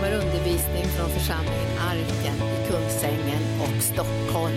kommer undervisning från församlingen Arken i Kungsängen och Stockholm.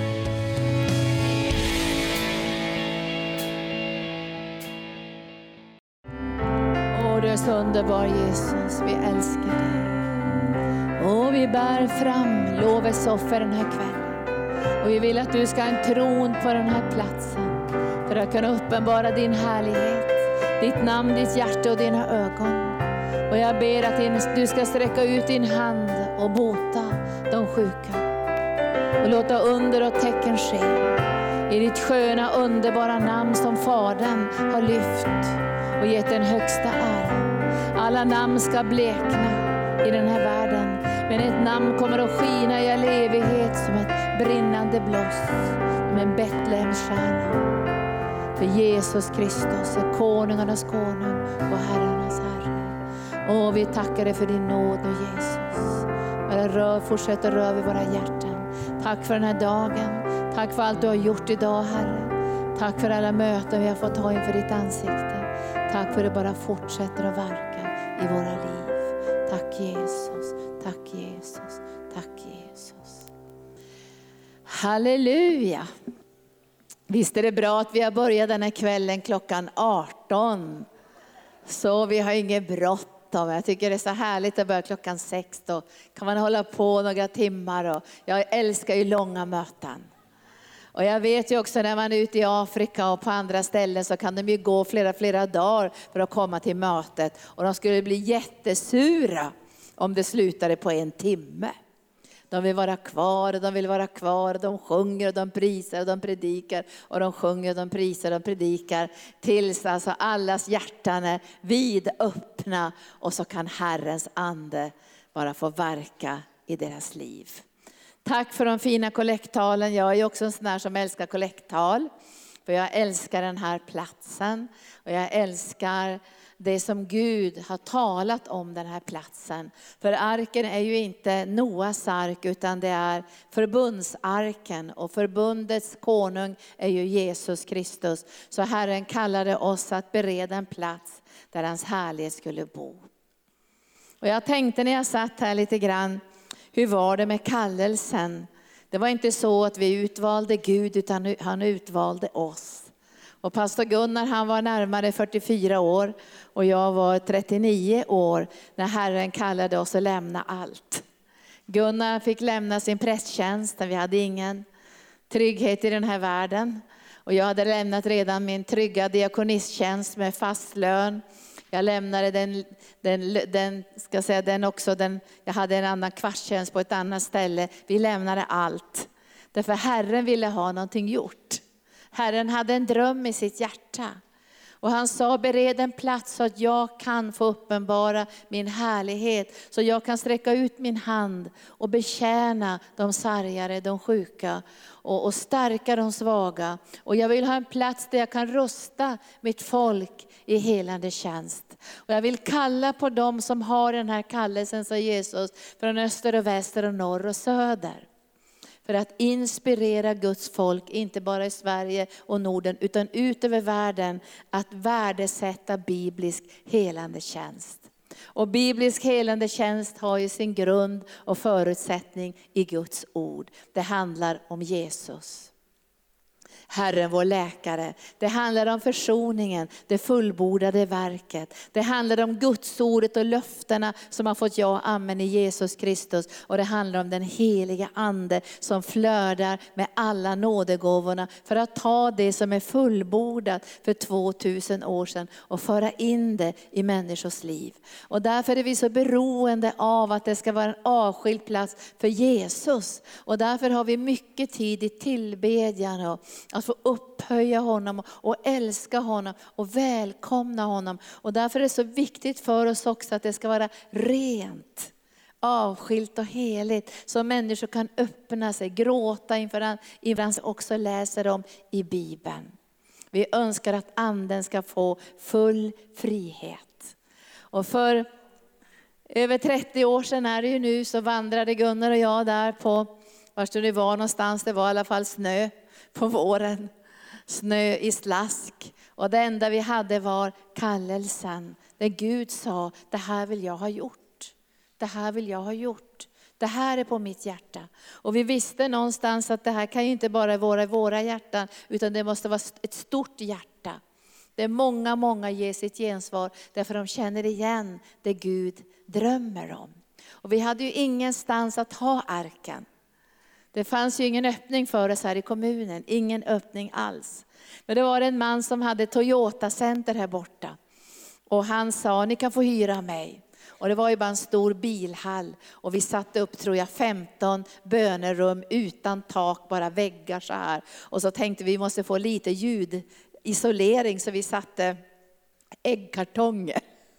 Åh, du är så underbar Jesus, vi älskar dig. Och vi bär fram lovesoffer den här kvällen. Och vi vill att du ska ha en tron på den här platsen. För att kunna uppenbara din härlighet, ditt namn, ditt hjärta och dina ögon. Och jag ber att du ska sträcka ut din hand och bota de sjuka. Och låta under och tecken ske. I ditt sköna, underbara namn som Fadern har lyft och gett den högsta ära. Alla namn ska blekna i den här världen. Men ett namn kommer att skina i all evighet som ett brinnande bloss. Som en Betlehemsstjärna. För Jesus Kristus är konungarnas konung och herrarnas herre. Och vi tackar dig för din nåd nu Jesus. Bara fortsätt att röra vid våra hjärtan. Tack för den här dagen. Tack för allt du har gjort idag Herre. Tack för alla möten vi har fått ha inför ditt ansikte. Tack för att du bara fortsätter att verka i våra liv. Tack Jesus. Tack Jesus. Tack Jesus. Halleluja. Visst är det bra att vi har börjat den här kvällen klockan 18. Så vi har inget bråttom. Jag tycker det är så härligt att börja klockan 6. Då kan man hålla på några timmar. Och jag älskar ju långa möten. Och jag vet ju också när man är ute i Afrika och på andra ställen så kan de ju gå flera dagar för att komma till mötet. Och de skulle bli jättesura om det slutade på 1 timme. De vill vara kvar och de vill vara kvar. De sjunger och de prisar och de predikar. Och de sjunger och de prisar och de predikar. Tills alltså allas hjärtan är vidöppna. Och så kan Herrens ande bara få verka i deras liv. Tack för de fina kollektalen. Jag är också en sån här som älskar kollekttal. För jag älskar den här platsen. Och jag älskar det som Gud har talat om den här platsen. För arken är ju inte Noas ark utan det är förbundsarken. Och förbundets konung är ju Jesus Kristus. Så Herren kallade oss att bereda en plats där hans härlighet skulle bo. Och jag tänkte när jag satt här lite grann. Hur var det med kallelsen? Det var inte så att vi utvalde Gud utan han utvalde oss. Och pastor Gunnar han var närmare 44 år och jag var 39 år när Herren kallade oss att lämna allt. Gunnar fick lämna sin prästtjänst där vi hade ingen trygghet i den här världen. Och jag hade lämnat redan min trygga diakonistjänst med fast lön. Jag lämnade jag hade en annan kvartstjänst på ett annat ställe. Vi lämnade allt. Därför Herren ville ha någonting gjort. Herren hade en dröm i sitt hjärta. Och han sa, bered en plats så att jag kan få uppenbara min härlighet. Så jag kan sträcka ut min hand och betjäna de sargade, de sjuka. Och stärka de svaga. Och jag vill ha en plats där jag kan rusta mitt folk i helande tjänst. Och jag vill kalla på dem som har den här kallelsen, sa Jesus, från öster och väster och norr och söder. För att inspirera Guds folk, inte bara i Sverige och Norden, utan ut över världen, att värdesätta biblisk helande tjänst. Och biblisk helande tjänst har ju sin grund och förutsättning i Guds ord. Det handlar om Jesus. Herren vår läkare. Det handlar om försoningen, det fullbordade verket. Det handlar om Guds ordet och löftena som har fått ja och amen i Jesus Kristus. Och det handlar om den heliga ande som flödar med alla nådegåvorna för att ta det som är fullbordat för 2000 år sedan och föra in det i människors liv. Och därför är vi så beroende av att det ska vara en avskild plats för Jesus. Och därför har vi mycket tid i tillbedjan och att få upphöja honom och älska honom och välkomna honom. Och därför är det så viktigt för oss också att det ska vara rent, avskilt och heligt. Så människor kan öppna sig, gråta inför ibland också läser om i Bibeln. Vi önskar att anden ska få full frihet. Och för över 30 år sedan är det ju nu så vandrade Gunnar och jag där på, var det var någonstans, det var i alla fall snö. På våren, snö i slask. Och det enda vi hade var kallelsen. Där Gud sa, det här vill jag ha gjort. Det det här vill jag ha gjort. Det här är på mitt hjärta. Och vi visste någonstans att det här kan ju inte bara vara i våra hjärtan, utan det måste vara ett stort hjärta. Det är många ger sitt gensvar därför de känner igen det Gud drömmer om. Och vi hade ju ingenstans att ha arken. Det fanns ju ingen öppning för oss här i kommunen, ingen öppning alls. Men det var en man som hade Toyota Center här borta. Och han sa, ni kan få hyra mig. Och det var ju bara en stor bilhall. Och vi satte upp, tror jag, 15 bönerum utan tak, bara väggar så här. Och så tänkte vi måste få lite ljudisolering, så vi satte äggkartonger.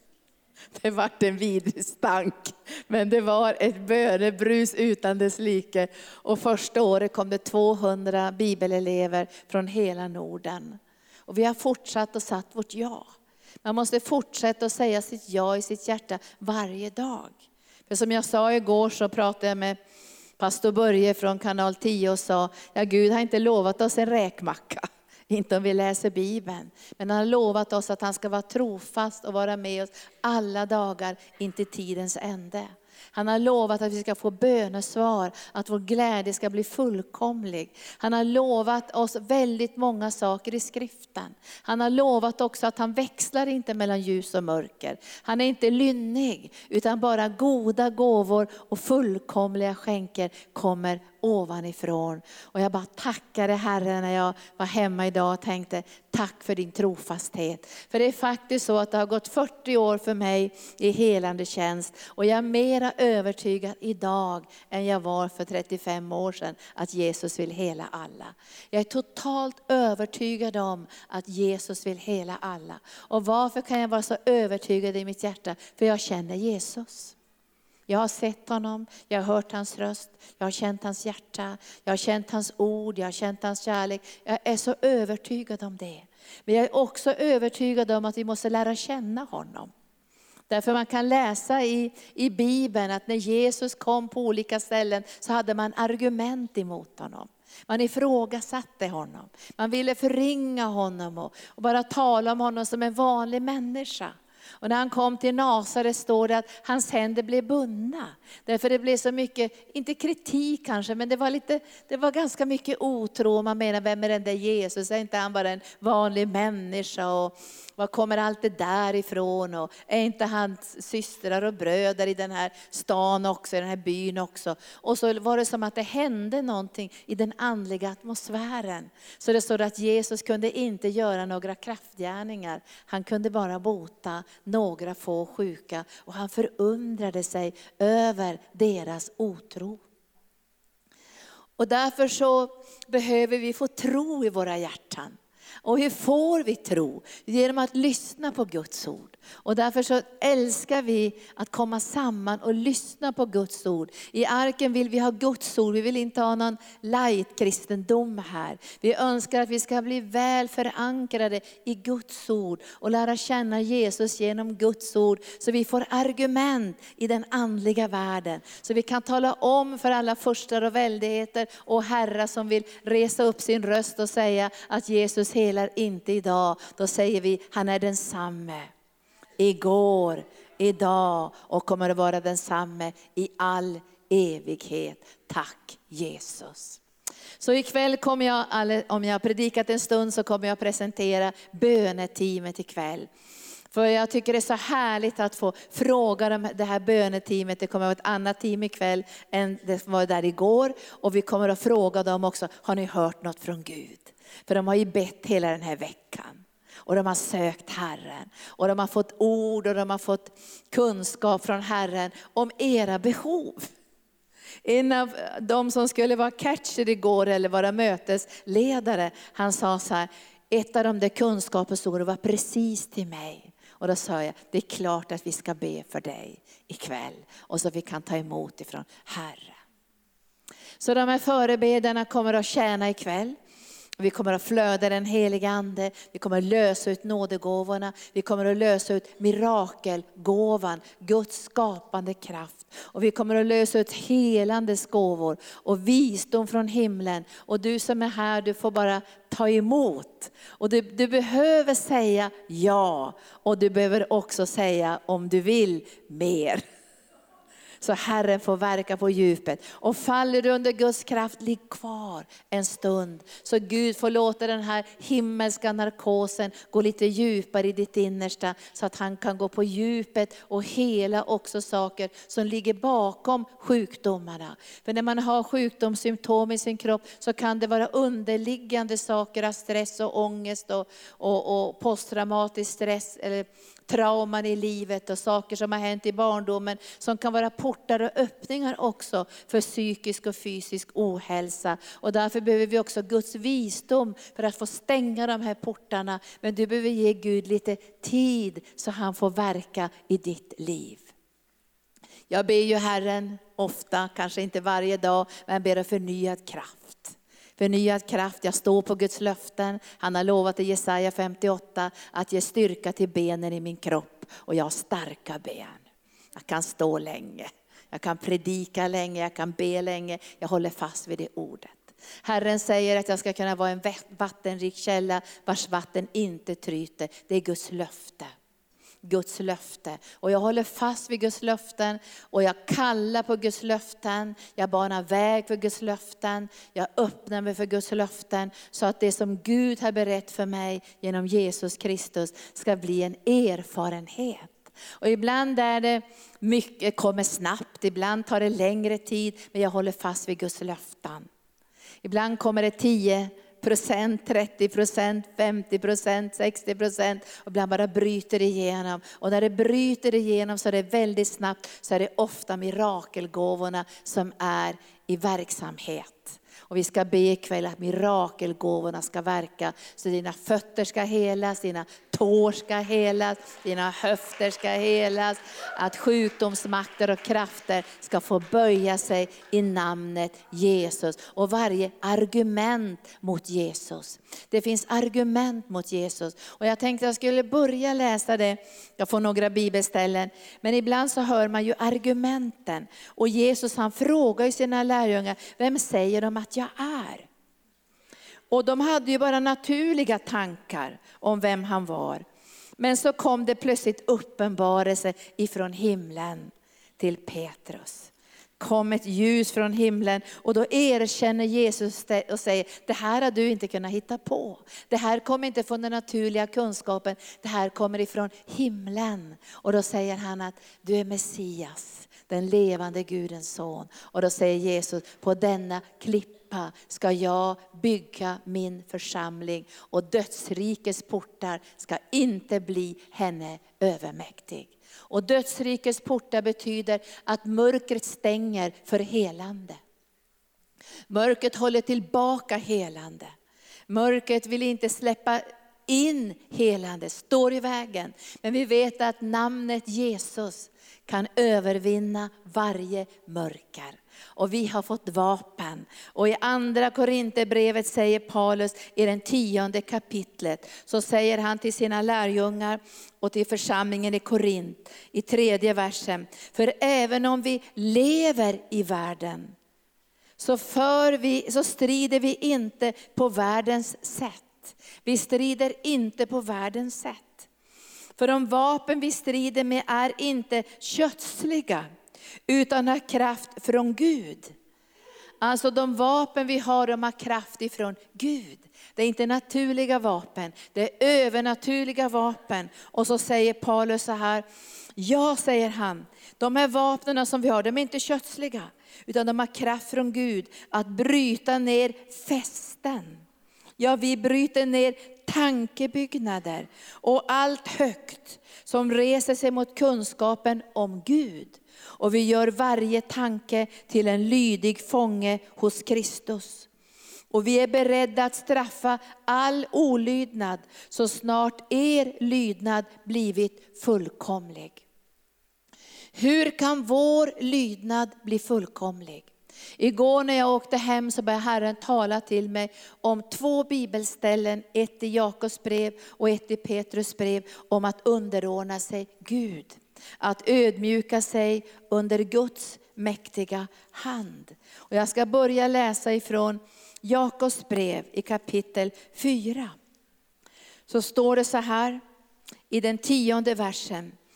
Det var en vidrig stank, men det var ett bönebrus utan dess like. Och första året kom det 200 bibelelever från hela Norden. Och vi har fortsatt och satt vårt ja. Man måste fortsätta att säga sitt ja i sitt hjärta varje dag. För som jag sa igår, så pratade jag med pastor Börje från kanal 10 och sa, ja, Gud har inte lovat oss en räkmacka. Inte om vi läser Bibeln. Men han har lovat oss att han ska vara trofast och vara med oss alla dagar in till tidens ände. Han har lovat att vi ska få bönesvar, att vår glädje ska bli fullkomlig. Han har lovat oss väldigt många saker i skriften. Han har lovat också att han växlar inte mellan ljus och mörker. Han är inte lynnig, utan bara goda gåvor och fullkomliga skänker kommer ovanifrån. Och jag bara tackade Herren när jag var hemma idag och tänkte, tack för din trofasthet. För det är faktiskt så att det har gått 40 år för mig i helande tjänst. Och jag är mera övertygad idag än jag var för 35 år sedan att Jesus vill hela alla. Jag är totalt övertygad om att Jesus vill hela alla. Och varför kan jag vara så övertygad i mitt hjärta? För jag känner Jesus. Jag har sett honom, jag har hört hans röst, jag har känt hans hjärta, jag har känt hans ord, jag har känt hans kärlek. Jag är så övertygad om det. Men jag är också övertygad om att vi måste lära känna honom. Därför man kan läsa i Bibeln att när Jesus kom på olika ställen så hade man argument emot honom. Man ifrågasatte honom, man ville förringa honom och bara tala om honom som en vanlig människa. Och när han kom till Nasaret står det att hans händer blev bundna. Därför det blev så mycket, inte kritik kanske, men det var ganska mycket otro. Man menar, vem är den där Jesus? Är inte han bara en vanlig människa? Och var kommer allt det där ifrån? Och är inte hans systrar och bröder i den här stan också, i den här byn också? Och så var det som att det hände någonting i den andliga atmosfären. Så det står att Jesus kunde inte göra några kraftgärningar. Han kunde bara bota några få sjuka. Och han förundrade sig över deras otro. Och därför så behöver vi få tro i våra hjärtan. Och hur får vi tro? Genom att lyssna på Guds ord. Och därför så älskar vi att komma samman och lyssna på Guds ord. I arken vill vi ha Guds ord. Vi vill inte ha någon light-kristendom här. Vi önskar att vi ska bli väl förankrade i Guds ord. Och lära känna Jesus genom Guds ord. Så vi får argument i den andliga världen. Så vi kan tala om för alla furstar och väldigheter och herrar som vill resa upp sin röst och säga att Jesus helar inte idag. Då säger vi, han är densamme. Igår, idag och kommer att vara densamme i all evighet. Tack Jesus. Så ikväll kommer jag, om jag har predikat en stund så kommer jag presentera böneteamet ikväll. För jag tycker det är så härligt att få fråga det här böneteamet. Det kommer att vara ett annat team ikväll än det som var där igår. Och vi kommer att fråga dem också, har ni hört något från Gud? För de har ju bett hela den här veckan. Och de har sökt Herren. Och de har fått ord och de har fått kunskap från Herren om era behov. En av de som skulle vara catcher igår eller vara mötesledare. Han sa så här, ett av de där kunskapsorden var precis till mig. Och då sa jag, det är klart att vi ska be för dig ikväll. Och så vi kan ta emot ifrån Herren. Så de här förebedjarna kommer att tjäna ikväll. Vi kommer att flöda den heliga ande. Vi kommer att lösa ut nådegåvorna. Vi kommer att lösa ut mirakelgåvan. Guds skapande kraft. Och vi kommer att lösa ut helandes gåvor. Och visdom från himlen. Och du som är här, du får bara ta emot. Och du behöver säga ja. Och du behöver också säga om du vill mer. Så Herren får verka på djupet. Och faller du under Guds kraft, ligg kvar en stund. Så Gud får låta den här himmelska narkosen gå lite djupare i ditt innersta. Så att han kan gå på djupet och hela också saker som ligger bakom sjukdomarna. För när man har sjukdomssymptom i sin kropp så kan det vara underliggande saker av stress och ångest och posttraumatisk stress eller trauman i livet och saker som har hänt i barndomen som kan vara portar och öppningar också för psykisk och fysisk ohälsa. Och därför behöver vi också Guds visdom för att få stänga de här portarna. Men du behöver ge Gud lite tid så han får verka i ditt liv. Jag ber ju Herren ofta, kanske inte varje dag, men ber om förnyad kraft. Förnyad kraft, jag står på Guds löften. Han har lovat i Jesaja 58 att ge styrka till benen i min kropp. Och jag har starka ben. Jag kan stå länge. Jag kan predika länge, jag kan be länge. Jag håller fast vid det ordet. Herren säger att jag ska kunna vara en vattenrik källa vars vatten inte tryter. Det är Guds löfte. Guds löfte. Och jag håller fast vid Guds löften. Och jag kallar på Guds löften. Jag banar väg för Guds löften. Jag öppnar mig för Guds löften. Så att det som Gud har berättat för mig genom Jesus Kristus ska bli en erfarenhet. Och ibland är det mycket kommer snabbt. Ibland tar det längre tid. Men jag håller fast vid Guds löften. Ibland kommer det 10%, 30%, 50%, 60% och ibland bara bryter igenom. Och när det bryter igenom så är det väldigt snabbt, så är det ofta mirakelgåvorna som är i verksamhet. Och vi ska be ikväll att mirakelgåvorna ska verka. Så dina fötter ska helas, dina tår ska helas, dina höfter ska helas. Att sjukdomsmakter och krafter ska få böja sig i namnet Jesus. Och varje argument mot Jesus. Det finns argument mot Jesus. Och jag tänkte att jag skulle börja läsa det. Jag får några bibelställen. Men ibland så hör man ju argumenten. Och Jesus han frågar ju sina lärjungar, vem säger de att jag är? Och de hade ju bara naturliga tankar om vem han var. Men så kom det plötsligt uppenbarelse ifrån himlen till Petrus. Kom ett ljus från himlen och då erkänner Jesus och säger, det här har du inte kunnat hitta på. Det här kommer inte från den naturliga kunskapen, det här kommer ifrån himlen. Och då säger han att du är Messias, den levande Gudens son. Och då säger Jesus, på denna klippa ska jag bygga min församling och dödsrikets portar ska inte bli henne övermäktig. Och dödsrikets portar betyder att mörkret stänger för helande. Mörkret håller tillbaka helande. Mörkret vill inte släppa in helande, står i vägen. Men vi vet att namnet Jesus kan övervinna varje mörker. Och vi har fått vapen. Och i andra Korinthierbrevet säger Paulus i den 10:e kapitlet. Så säger han till sina lärjungar och till församlingen i Korint i 3:e versen. För även om vi lever i världen så strider vi inte på världens sätt. Vi strider inte på världens sätt. För de vapen vi strider med är inte kötsliga utan har kraft från Gud. Alltså de vapen vi har, de har kraft ifrån Gud. Det är inte naturliga vapen, det är övernaturliga vapen. Och så säger Paulus så här, ja säger han, de här vapnen som vi har, de är inte kötsliga. Utan de har kraft från Gud att bryta ner fästen. Ja, vi bryter ner tankebyggnader och allt högt som reser sig mot kunskapen om Gud. Och vi gör varje tanke till en lydig fånge hos Kristus. Och vi är beredda att straffa all olydnad så snart er lydnad blivit fullkomlig. Hur kan vår lydnad bli fullkomlig? Igår när jag åkte hem så började Herren tala till mig om 2 bibelställen. Ett i Jakobs brev och ett i Petrus brev om att underordna sig Gud. Att ödmjuka sig under Guds mäktiga hand. Och jag ska börja läsa ifrån Jakobs brev i kapitel 4. Så står det så här i den 10:e versen.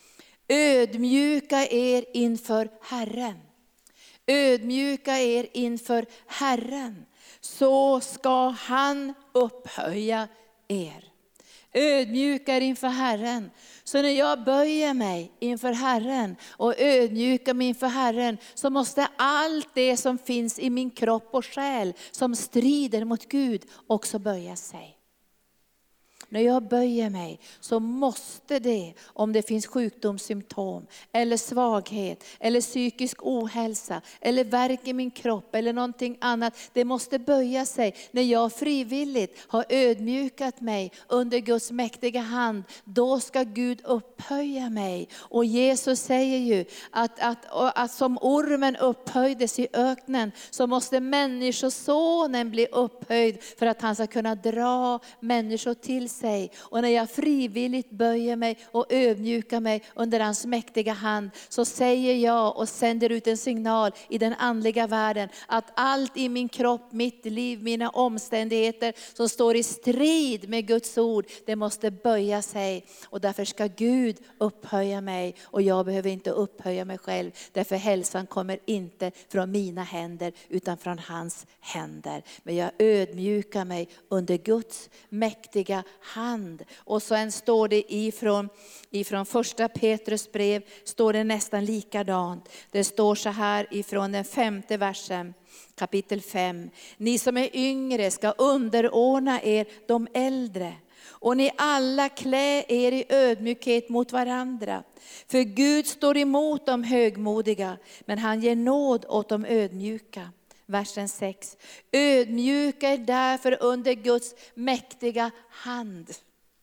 Ödmjuka er inför Herren. Ödmjuka er inför Herren, så ska han upphöja er. Ödmjuka er inför Herren. Så när jag böjer mig inför Herren och ödmjukar mig inför Herren, så måste allt det som finns i min kropp och själ som strider mot Gud också böja sig. När jag böjer mig så måste det, om det finns sjukdomssymptom eller svaghet eller psykisk ohälsa eller värk i min kropp eller någonting annat, det måste böja sig. När jag frivilligt har ödmjukat mig under Guds mäktiga hand, då ska Gud upphöja mig. Och Jesus säger ju att som ormen upphöjdes i öknen, så måste människosonen bli upphöjd för att han ska kunna dra människor till sig. Och när jag frivilligt böjer mig och ödmjukar mig under hans mäktiga hand, så säger jag och sänder ut en signal i den andliga världen att allt i min kropp, mitt liv, mina omständigheter som står i strid med Guds ord, det måste böja sig. Och därför ska Gud upphöja mig, och jag behöver inte upphöja mig själv. Därför hälsan kommer inte från mina händer utan från hans händer. Men jag ödmjukar mig under Guds mäktiga hand. Och sen står det ifrån första Petrus brev, står det nästan likadant. Det står så här ifrån den 5:e versen, kapitel 5. Ni som är yngre ska underordna er de äldre. Och ni alla klä er i ödmjukhet mot varandra. För Gud står emot de högmodiga, men han ger nåd åt de ödmjuka. Versen 6. Ödmjuka er därför under Guds mäktiga hand.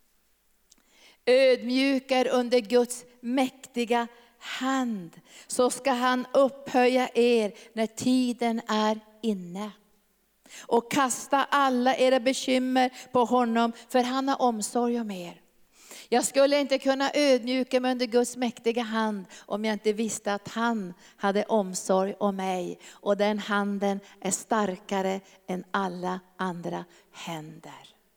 Ödmjuka er under Guds mäktiga hand. Så ska han upphöja er när tiden är inne. Och kasta alla era bekymmer på honom, för han har omsorg om er. Jag skulle inte kunna ödmjuka mig under Guds mäktiga hand om jag inte visste att han hade omsorg om mig. Och den handen är starkare än alla andra händer.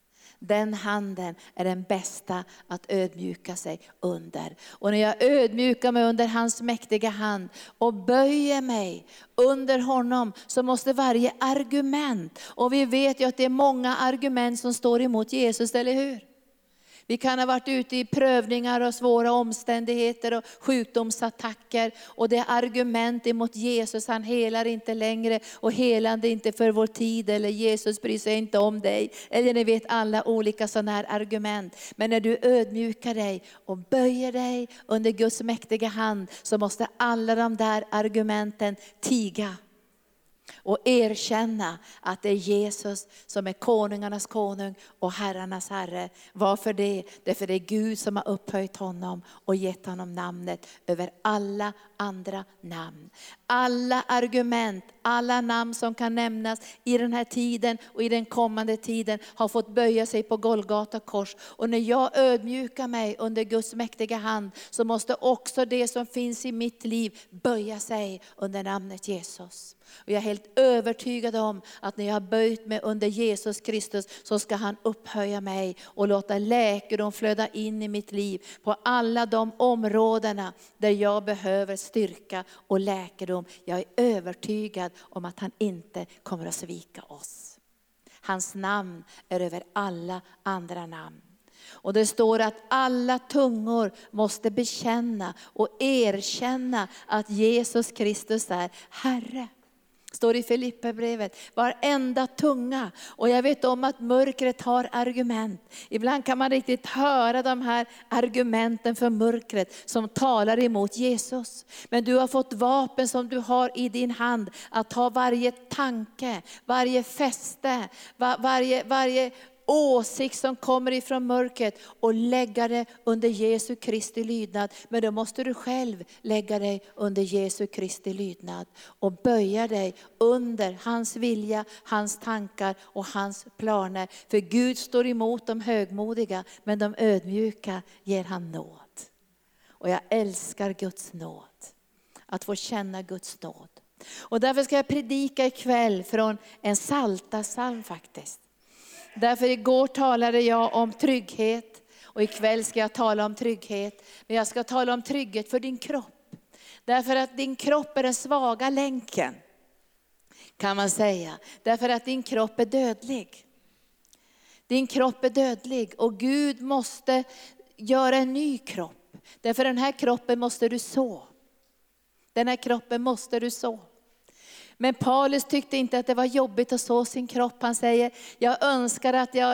Den handen är den bästa att ödmjuka sig under. Och när jag ödmjukar mig under hans mäktiga hand och böjer mig under honom, så måste varje argument, och vi vet ju att det är många argument som står emot Jesus, eller hur? Vi kan ha varit ute i prövningar och svåra omständigheter och sjukdomsattacker. Och det är argument emot Jesus. Han helar inte längre och helande inte för vår tid. Eller Jesus bryr sig inte om dig. Eller ni vet alla olika sådana här argument. Men när du ödmjukar dig och böjer dig under Guds mäktiga hand, så måste alla de där argumenten tiga. Och erkänna att det är Jesus som är konungarnas konung och herrarnas herre. Varför det? Därför det är Gud som har upphöjt honom och gett honom namnet över alla andra namn. Alla argument, alla namn som kan nämnas i den här tiden och i den kommande tiden har fått böja sig på Golgata kors. Och när jag ödmjukar mig under Guds mäktiga hand, så måste också det som finns i mitt liv böja sig under namnet Jesus. Och jag är helt övertygad om att när jag har böjt mig under Jesus Kristus, så ska han upphöja mig och låta läkedom flöda in i mitt liv på alla de områdena där jag behöver styrka och läkedom. Jag är övertygad om att han inte kommer att svika oss. Hans namn är över alla andra namn. Och det står att alla tungor måste bekänna och erkänna att Jesus Kristus är Herre. Står i Filipperbrevet, varenda tunga. Och jag vet om att mörkret har argument. Ibland kan man riktigt höra de här argumenten för mörkret som talar emot Jesus. Men du har fått vapen som du har i din hand att ta varje tanke, varje fäste, varje åsikt som kommer ifrån mörkret och lägga det under Jesu Kristi lydnad. Men då måste du själv lägga dig under Jesu Kristi lydnad och böja dig under hans vilja, hans tankar och hans planer. För Gud står emot de högmodiga, men de ödmjuka ger han nåd. Och jag älskar Guds nåd, att få känna Guds nåd. Och därför ska jag predika ikväll från en psaltarpsalm faktiskt. Därför igår talade jag om trygghet Och ikväll ska jag tala om trygghet. Men jag ska tala om trygghet för din kropp. Därför att din kropp är den svaga länken. Kan man säga. Därför att din kropp är dödlig. Din kropp är dödlig. Och Gud måste göra en ny kropp. Därför den här kroppen måste du så. Den här kroppen måste du så. Men Paulus tyckte inte att det var jobbigt att så sin kropp. Han säger, jag önskar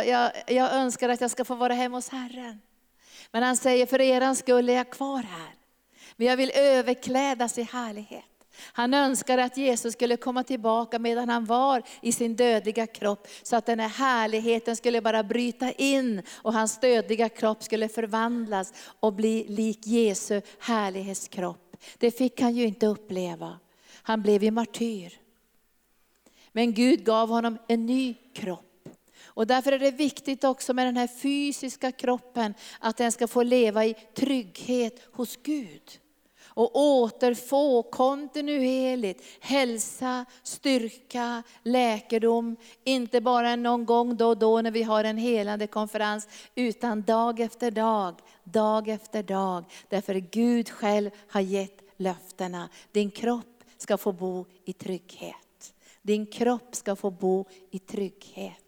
att jag ska få vara hemma hos Herren. Men han säger, för eran skull är jag kvar här. Men jag vill överklädas i härlighet. Han önskar att Jesus skulle komma tillbaka medan han var i sin dödliga kropp. Så att den här härligheten skulle bara bryta in och hans dödliga kropp skulle förvandlas och bli lik Jesu härlighetskropp. Det fick han ju inte uppleva. Han blev ju martyr. Men Gud gav honom en ny kropp. Och därför är det viktigt också med den här fysiska kroppen att den ska få leva i trygghet hos Gud. Och återfå kontinuerligt hälsa, styrka, läkedom. Inte bara någon gång då och då när vi har en helande konferens. Utan dag efter dag, dag efter dag. Därför Gud själv har gett löftena. Din kropp ska få bo i trygghet. Din kropp ska få bo i trygghet.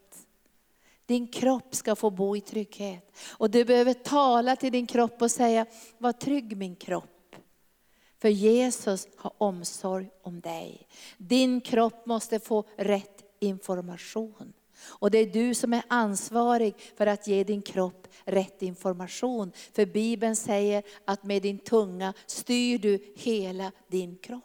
Din kropp ska få bo i trygghet. Och du behöver tala till din kropp och säga, var trygg min kropp. För Jesus har omsorg om dig. Din kropp måste få rätt information. Och det är du som är ansvarig för att ge din kropp rätt information. För Bibeln säger att med din tunga styr du hela din kropp.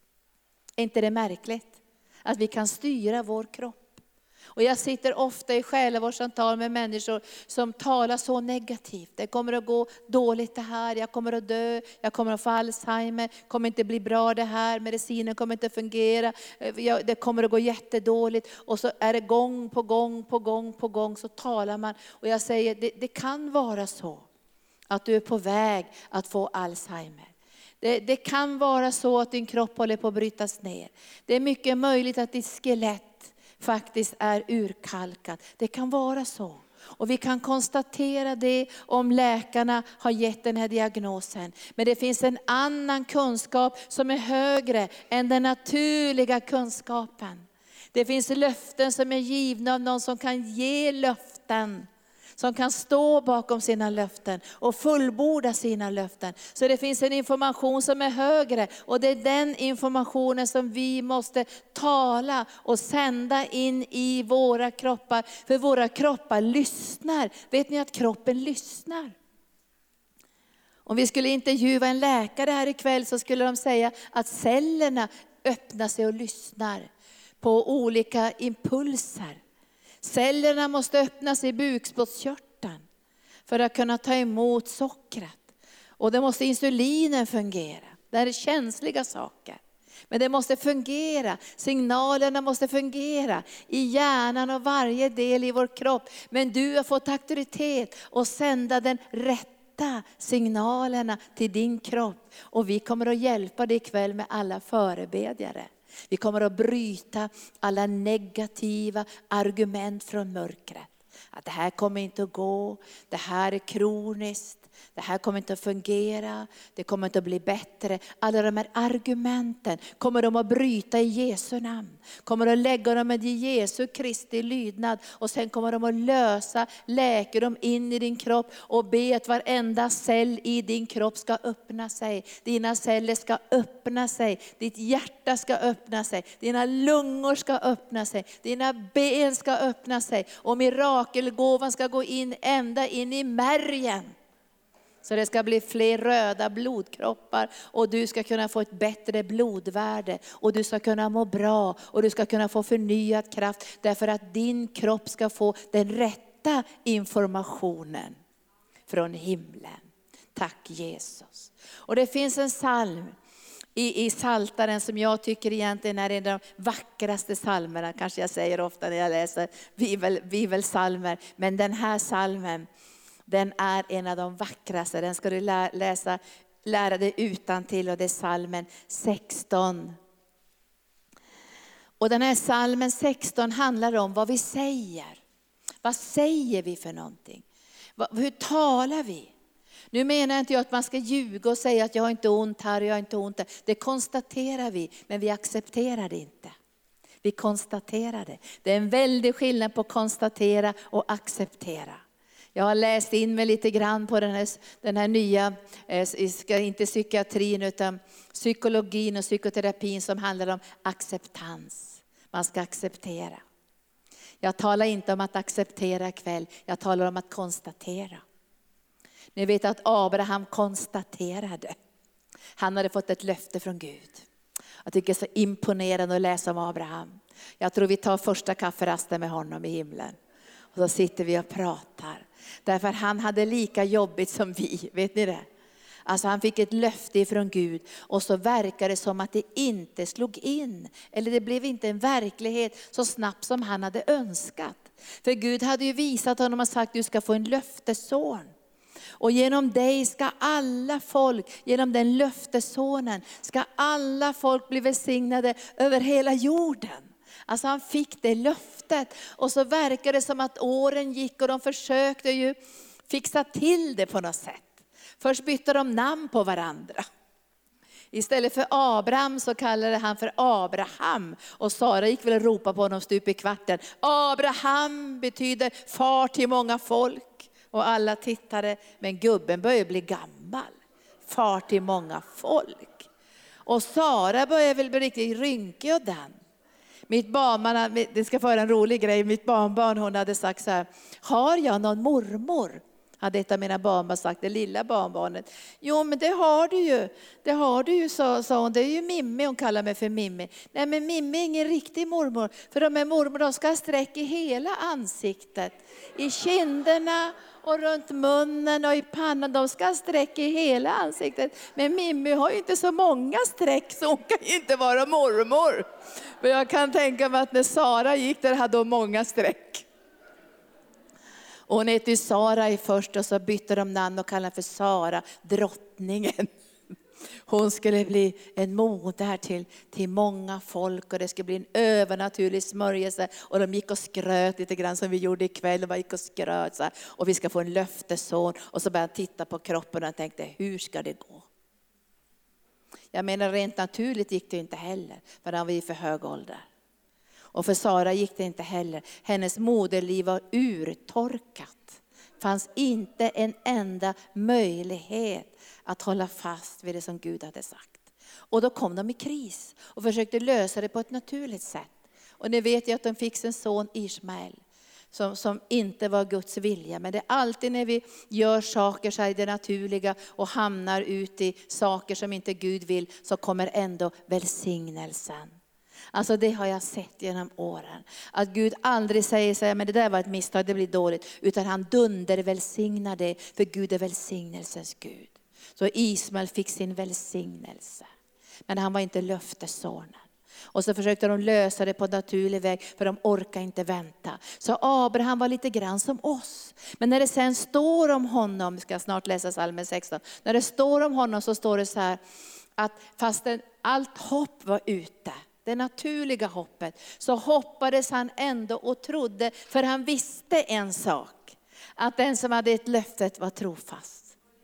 Är inte det märkligt? Att vi kan styra vår kropp. Och jag sitter ofta i själavårdssamtal med människor som talar så negativt. Det kommer att gå dåligt det här, jag kommer att dö, jag kommer att få Alzheimer, kommer inte bli bra det här, medicinen kommer inte fungera, det kommer att gå jättedåligt. Och så är det gång på gång så talar man. Och jag säger, det kan vara så att du är på väg att få Alzheimer. Det kan vara så att din kropp håller på att brytas ner. Det är mycket möjligt att ditt skelett faktiskt är urkalkat. Det kan vara så. Och vi kan konstatera det om läkarna har gett den här diagnosen. Men det finns en annan kunskap som är högre än den naturliga kunskapen. Det finns löften som är givna av någon som kan ge löften. Som kan stå bakom sina löften och fullborda sina löften. Så det finns en information som är högre. Och det är den informationen som vi måste tala och sända in i våra kroppar. För våra kroppar lyssnar. Vet ni att kroppen lyssnar? Om vi skulle intervjua en läkare här ikväll så skulle de säga att cellerna öppnar sig och lyssnar på olika impulser. Cellerna måste öppnas i bukspottkörteln för att kunna ta emot sockret. Och det måste insulinen fungera. Det här är känsliga saker. Men det måste fungera. Signalerna måste fungera i hjärnan och varje del i vår kropp. Men du har fått auktoritet att sända den rätta signalerna till din kropp. Och vi kommer att hjälpa dig ikväll med alla förebedjare. Vi kommer att bryta alla negativa argument från mörkret. Att det här kommer inte att gå, det här är kroniskt, det här kommer inte att fungera, det kommer inte att bli bättre. Alla de här argumenten kommer de att bryta i Jesu namn. Kommer att lägga dem i Jesu Kristi lydnad. Och sen kommer de att lösa, läker dem in i din kropp. Och be att varenda cell i din kropp ska öppna sig. Dina celler ska öppna sig. Ditt hjärta ska öppna sig. Dina lungor ska öppna sig. Dina ben ska öppna sig. Och mirakelgåvan ska gå in ända in i märgen. Så det ska bli fler röda blodkroppar och du ska kunna få ett bättre blodvärde. Och du ska kunna må bra och du ska kunna få förnyad kraft. Därför att din kropp ska få den rätta informationen från himlen. Tack Jesus. Och det finns en psalm i Psaltaren som jag tycker egentligen är en av de vackraste psalmerna. Kanske jag säger ofta när jag läser bibelpsalmer. Men den här psalmen, den är en av de vackraste. Den ska du lära dig utantill, och det är psalmen 16. Och den här psalmen 16 handlar om vad vi säger. Vad säger vi för någonting? Hur talar vi? Nu menar inte jag att man ska ljuga och säga att jag har inte ont här och jag har inte ont där. Det konstaterar vi, men vi accepterar det inte. Vi konstaterar det. Det är en väldig skillnad på konstatera och acceptera. Jag har läst in mig lite grann på den här nya, inte psykiatrin utan psykologin och psykoterapin som handlar om acceptans. Man ska acceptera. Jag talar inte om att acceptera ikväll, jag talar om att konstatera. Ni vet att Abraham konstaterade. Han hade fått ett löfte från Gud. Jag tycker det är så imponerande att läsa om Abraham. Jag tror vi tar första kafferasten med honom i himlen. Och så sitter vi och pratar. Därför han hade lika jobbigt som vi, vet ni det? Alltså han fick ett löfte från Gud och så verkar det som att det inte slog in. Eller det blev inte en verklighet så snabbt som han hade önskat. För Gud hade ju visat honom och sagt du ska få en löftesson. Och genom dig ska alla folk, genom den löftessonen, ska alla folk bli välsignade över hela jorden. Alltså han fick det löftet och så verkar det som att åren gick och de försökte ju fixa till det på något sätt. Först bytte de namn på varandra. Istället för Abraham så kallade han för Abraham. Och Sara gick väl och ropade på honom stup i kvarten. Abraham betyder far till många folk. Och alla tittade, men gubben började bli gammal. Far till många folk. Och Sara började väl bli riktigt rynkig och den. Mitt barnbarn, det ska vara en rolig grej, mitt barnbarn hon hade sagt så här. Har jag någon mormor? Hade ett av mina barnbarn sagt, det lilla barnbarnet. Jo men det har du ju. Det har du ju, sa hon. Det är ju Mimmi, hon kallar mig för Mimmi. Nej men Mimmi är ingen riktig mormor. För de här mormor, de ska ha sträck i hela ansiktet. I kinderna och runt munnen och i pannan. De ska ha sträck i hela ansiktet. Men Mimmi har ju inte så många sträck så hon kan ju inte vara mormor. Men jag kan tänka mig att när Sara gick där hade hon många sträck. Och hon hette Sara först och så bytte de namn och kallade för Sara, drottningen. Hon skulle bli en moder till många folk och det skulle bli en övernaturlig smörjelse. Och de gick och skröt lite grann som vi gjorde ikväll och gick och skröt så här. Och vi ska få en löftesson. Och så började han titta på kroppen och tänkte, hur ska det gå? Jag menar rent naturligt gick det inte heller, för han var i för hög ålder. Och för Sara gick det inte heller. Hennes moderliv var urtorkat. Fanns inte en enda möjlighet att hålla fast vid det som Gud hade sagt. Och då kom de i kris och försökte lösa det på ett naturligt sätt. Och ni vet ju att de fick sin son Ismael. Som inte var Guds vilja. Men det är alltid när vi gör saker så här i det naturliga och hamnar ut i saker som inte Gud vill, så kommer ändå välsignelsen. Alltså det har jag sett genom åren. Att Gud aldrig säger så här, men det där var ett misstag, det blir dåligt. Utan han dunder välsignar det, för Gud är välsignelsens Gud. Så Ismael fick sin välsignelse. Men han var inte löftessonen. Och så försökte de lösa det på naturlig väg, för de orkar inte vänta. Så Abraham var lite grann som oss. Men när det sen står om honom, ska jag snart läsa Psalmen 16. När det står om honom så står det så här, att fastän allt hopp var ute, det naturliga hoppet, så hoppades han ändå och trodde, för han visste en sak, att den som hade ett löftet var trofast.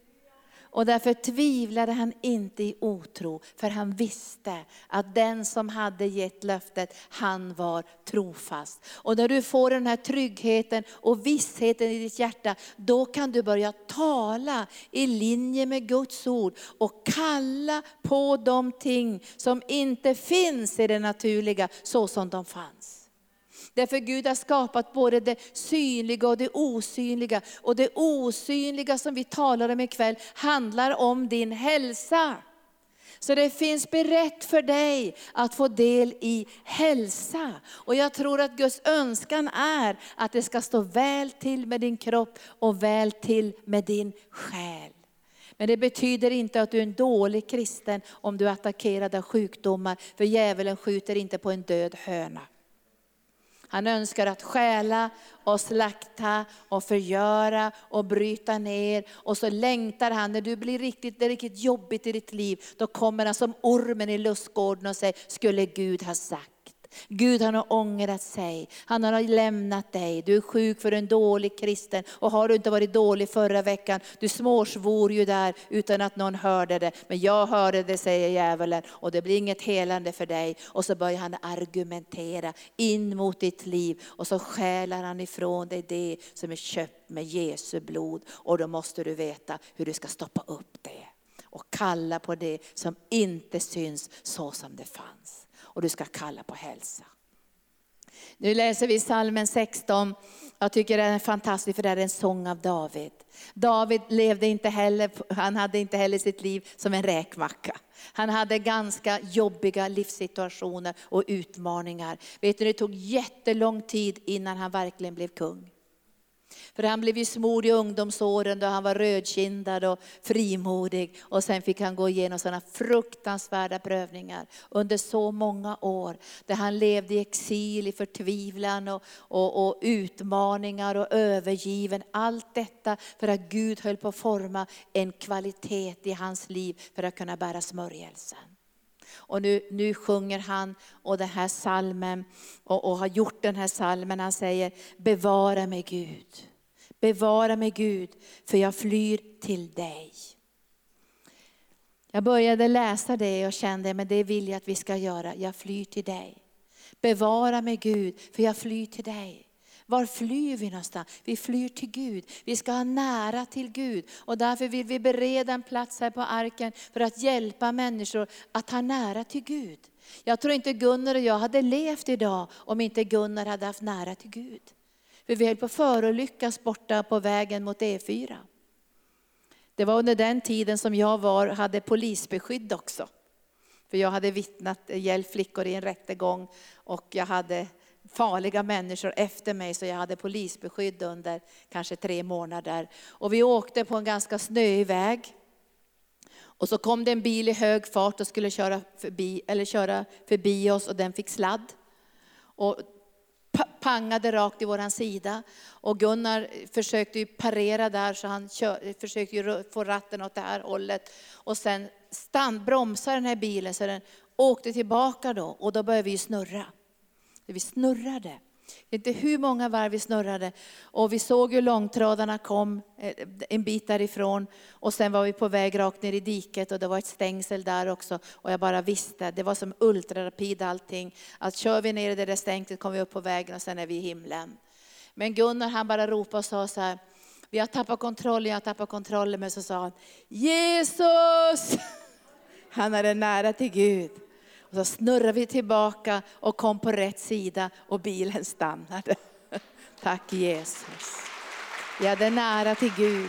Och därför tvivlade han inte i otro, för han visste att den som hade gett löftet, han var trofast. Och när du får den här tryggheten och vissheten i ditt hjärta, då kan du börja tala i linje med Guds ord och kalla på de ting som inte finns i det naturliga så som de fanns. Därför Gud har skapat både det synliga och det osynliga. Och det osynliga som vi talar om ikväll handlar om din hälsa. Så det finns berett för dig att få del i hälsa. Och jag tror att Guds önskan är att det ska stå väl till med din kropp och väl till med din själ. Men det betyder inte att du är en dålig kristen om du är attackerad av sjukdomar. För djävulen skjuter inte på en död höna. Han önskar att stjäla och slakta och förgöra och bryta ner. Och så längtar han, när du blir riktigt jobbigt i ditt liv, då kommer han som ormen i lustgården och säger, skulle Gud ha sagt. Gud han har ångrat sig. Han har lämnat dig. Du är sjuk för en dålig kristen. Och har du inte varit dålig förra veckan, du småsvor ju där utan att någon hörde det. Men jag hörde det, säger djävulen, och det blir inget helande för dig. Och så börjar han argumentera in mot ditt liv. Och så stjälar han ifrån dig det som är köpt med Jesu blod. Och då måste du veta hur du ska stoppa upp det. Och kalla på det som inte syns så som det fanns. Och du ska kalla på hälsa. Nu läser vi Psalmen 16. Jag tycker det är fantastiskt, för det är en sång av David. David levde inte heller, han hade inte heller sitt liv som en räkmacka. Han hade ganska jobbiga livssituationer och utmaningar. Vet du, det tog jättelång tid innan han verkligen blev kung. För han blev ju smord i ungdomsåren då han var rödkindad och frimodig. Och sen fick han gå igenom sådana fruktansvärda prövningar under så många år. Där han levde i exil, i förtvivlan och utmaningar och övergiven. Allt detta för att Gud höll på att forma en kvalitet i hans liv för att kunna bära smörjelsen. Och nu sjunger han och den här salmen och har gjort den här salmen. Han säger: bevara mig Gud. Bevara mig Gud, för jag flyr till dig. Jag började läsa det och kände, men det vill jag att vi ska göra. Jag flyr till dig. Bevara mig Gud, för jag flyr till dig. Var flyr vi någonstans? Vi flyr till Gud. Vi ska ha nära till Gud. Och därför vill vi bereda en plats här på arken för att hjälpa människor att ha nära till Gud. Jag tror inte Gunnar och jag hade levt idag om inte Gunnar hade haft nära till Gud. För vi höll på att förolyckas borta på vägen mot E4. Det var under den tiden som jag hade polisbeskydd också. För jag hade hjälpt flickor i en rättegång och jag hade farliga människor efter mig, så jag hade polisbeskydd under kanske 3 månader. Och vi åkte på en ganska snöig väg. Och så kom det en bil i hög fart och skulle köra förbi oss, och den fick sladd. Och pangade rakt i våran sida. Och Gunnar försökte ju parera där, så han försökte ju få ratten åt det här hållet. Och sen bromsade den här bilen så den åkte tillbaka då. Och då började vi snurra. Vi snurrade. Inte hur många varv vi snurrade. Och vi såg ju långtradarna kom en bit därifrån. Och sen var vi på väg rakt ner i diket. Och det var ett stängsel där också. Och jag bara visste. Det var som ultrarapid allting. Att kör vi ner i det där stängslet kommer vi upp på vägen. Och sen är vi i himlen. Men Gunnar han bara ropade och sa så här: vi har tappat kontrollen, jag har tappat kontrollen. Men så sa han: Jesus! Han är nära till Gud. Och så snurrade vi tillbaka och kom på rätt sida och bilen stannade. Tack Jesus. Jag är nära till Gud.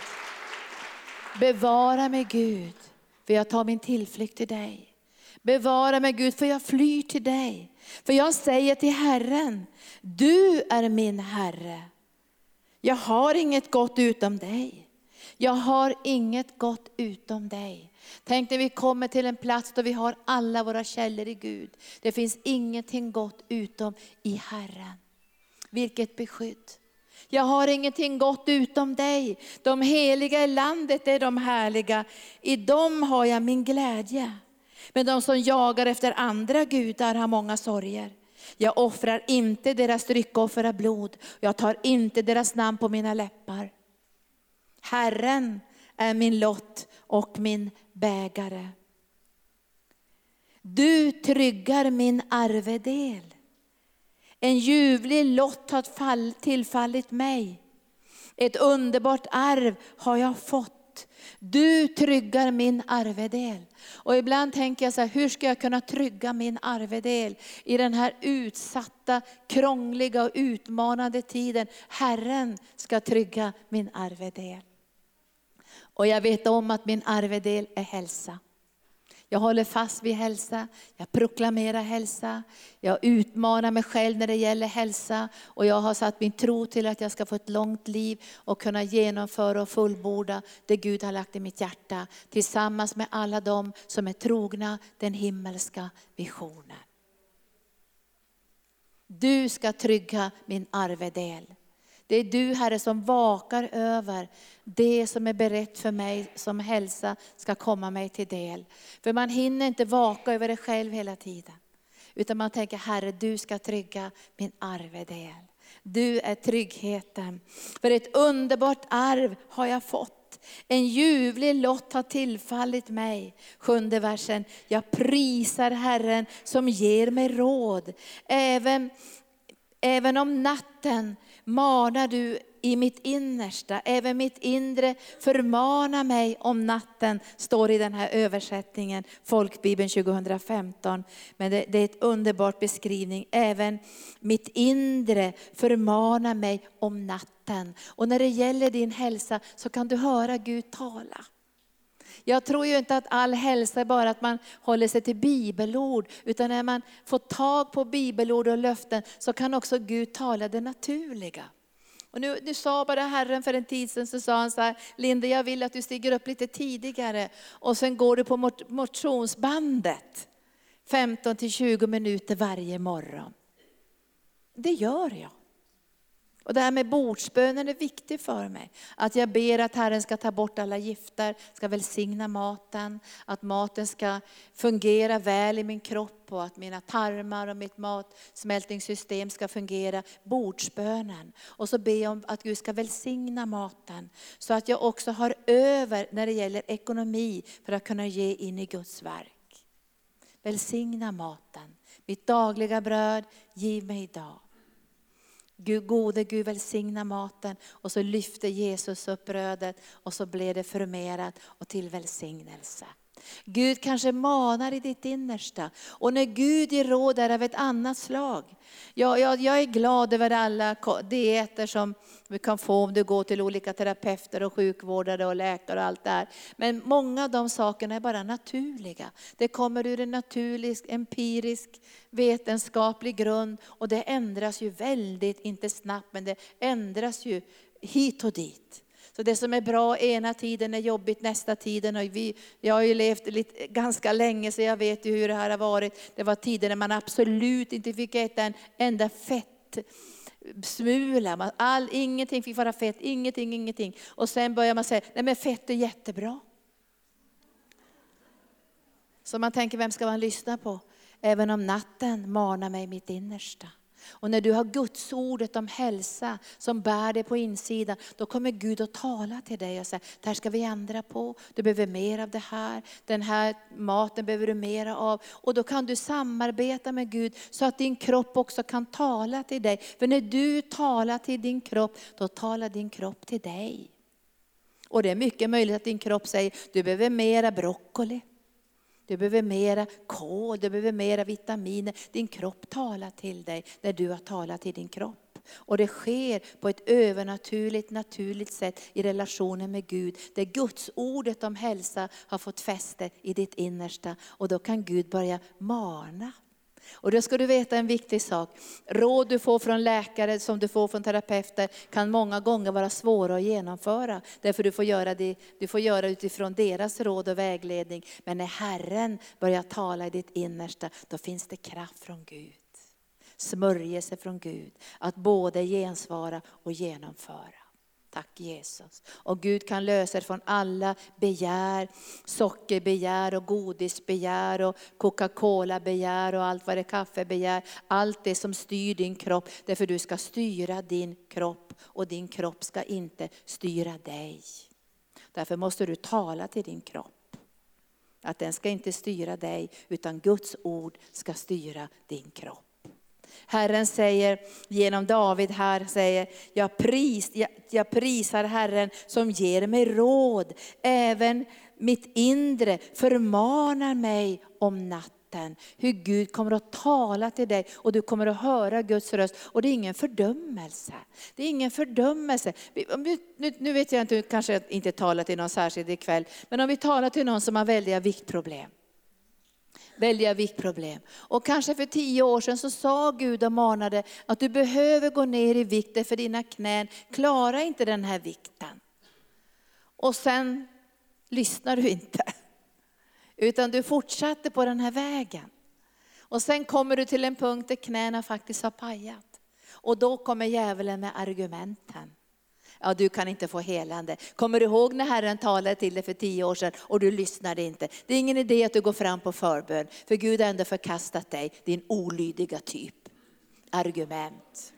Bevara mig Gud, för jag tar min tillflykt till dig. Bevara mig Gud, för jag flyr till dig. För jag säger till Herren: du är min Herre. Jag har inget gott utom dig. Jag har inget gott utom dig. Tänk när vi kommer till en plats där vi har alla våra källor i Gud. Det finns ingenting gott utom i Herren. Vilket beskydd. Jag har ingenting gott utom dig. De heliga i landet är de härliga. I dem har jag min glädje. Men de som jagar efter andra gudar har många sorger. Jag offrar inte deras dryckoffer av blod. Jag tar inte deras namn på mina läppar. Herren är min lott och min bägare. Du tryggar min arvedel. En ljuvlig lott har tillfallit mig. Ett underbart arv har jag fått. Du tryggar min arvedel. Och ibland tänker jag så här: hur ska jag kunna trygga min arvedel i den här utsatta, krångliga och utmanande tiden? Herren ska trygga min arvedel. Och jag vet om att min arvedel är hälsa. Jag håller fast vid hälsa. Jag proklamerar hälsa. Jag utmanar mig själv när det gäller hälsa. Och jag har satt min tro till att jag ska få ett långt liv och kunna genomföra och fullborda det Gud har lagt i mitt hjärta. Tillsammans med alla de som är trogna den himmelska visionen. Du ska trygga min arvedel. Det är du, Herre, som vakar över det som är berett för mig som hälsa ska komma mig till del. För man hinner inte vaka över det själv hela tiden. Utan man tänker, Herre, du ska trygga min arvedel. Du är tryggheten. För ett underbart arv har jag fått. En ljuvlig lott har tillfallit mig. 7:e versen. Jag prisar Herren som ger mig råd. Även om natten manar du i mitt innersta. Även mitt inre förmanar mig om natten. Står i den här översättningen. Folkbibeln 2015. Men det är ett underbart beskrivning. Även mitt inre förmanar mig om natten. Och när det gäller din hälsa så kan du höra Gud tala. Jag tror ju inte att all hälsa är bara att man håller sig till bibelord. Utan när man får tag på bibelord och löften så kan också Gud tala det naturliga. Och nu sa bara Herren för en tid sedan, så sa han så här: Linda, jag vill att du stiger upp lite tidigare. Och sen går du på motionsbandet 15-20 minuter varje morgon. Det gör jag. Och det här med bordsbönen är viktigt för mig. Att jag ber att Herren ska ta bort alla gifter, ska välsigna maten. Att maten ska fungera väl i min kropp och att mina tarmar och mitt matsmältningssystem ska fungera. Bordsbönen. Och så ber jag om att Gud ska välsigna maten. Så att jag också har över när det gäller ekonomi för att kunna ge in i Guds verk. Välsigna maten. Mitt dagliga bröd, giv mig idag. Gud, gode Gud, välsigna maten. Och så lyfte Jesus upp brödet och så blev det förmerat och till välsignelse. Gud kanske manar i ditt innersta. Och när Gud ger råd är av ett annat slag. Jag är glad över alla dieter som vi kan få om du går till olika terapeuter och sjukvårdare och läkare och allt det här. Men många av de sakerna är bara naturliga. Det kommer ur en naturlig, empirisk, vetenskaplig grund. Och det ändras ju väldigt, inte snabbt, men det ändras ju hit och dit. Så det som är bra ena tiden är jobbigt nästa tiden. Och jag har ju levt ganska länge så jag vet ju hur det här har varit. Det var tider när man absolut inte fick äta en enda fettsmula. Ingenting fick vara fett, ingenting. Och sen börjar man säga, nej men fett är jättebra. Så man tänker, vem ska man lyssna på? Även om natten manar mig mitt innersta. Och när du har Guds ordet om hälsa som bär dig på insidan, då kommer Gud att tala till dig och säga, det här ska vi ändra på, du behöver mer av det här, den här maten behöver du mer av. Och då kan du samarbeta med Gud så att din kropp också kan tala till dig. För när du talar till din kropp, då talar din kropp till dig. Och det är mycket möjligt att din kropp säger, du behöver mera broccoli. Du behöver mera kol, du behöver mera vitaminer. Din kropp talar till dig när du har talat till din kropp. Och det sker på ett övernaturligt, naturligt sätt i relationen med Gud. Där Guds ordet om hälsa har fått fäste i ditt innersta. Och då kan Gud börja mana. Och då ska du veta en viktig sak. Råd du får från läkare som du får från terapeuter kan många gånger vara svåra att genomföra. Därför du får göra utifrån deras råd och vägledning. Men när Herren börjar tala i ditt innersta, då finns det kraft från Gud. Smörjelse från Gud. Att både gensvara och genomföra. Tack Jesus. Och Gud kan lösa det från alla begär, sockerbegär och godisbegär och Coca-Cola begär och allt vad det är, kaffebegär. Allt det som styr din kropp, därför du ska styra din kropp och din kropp ska inte styra dig. Därför måste du tala till din kropp. Att den ska inte styra dig utan Guds ord ska styra din kropp. Herren säger genom David här, säger jag prisar Herren som ger mig råd. Även mitt inre förmanar mig om natten. Hur Gud kommer att tala till dig och du kommer att höra Guds röst. Och det är ingen fördömelse. Det är ingen fördömelse. Nu vet jag inte, kanske inte talar till någon särskild ikväll. Men om vi talar till någon som har väldiga viktproblem. Och kanske för 10 år sedan så sa Gud och manade att du behöver gå ner i vikt för dina knän klarar inte den här vikten. Och sen lyssnar du inte. Utan du fortsatte på den här vägen. Och sen kommer du till en punkt där knäna faktiskt har pajat. Och då kommer djävulen med argumenten. Ja, du kan inte få helande. Kommer du ihåg när Herren talade till dig för 10 år sedan och du lyssnade inte? Det är ingen idé att du går fram på förbön. För Gud har ändå förkastat dig, din olydiga typ. Argument.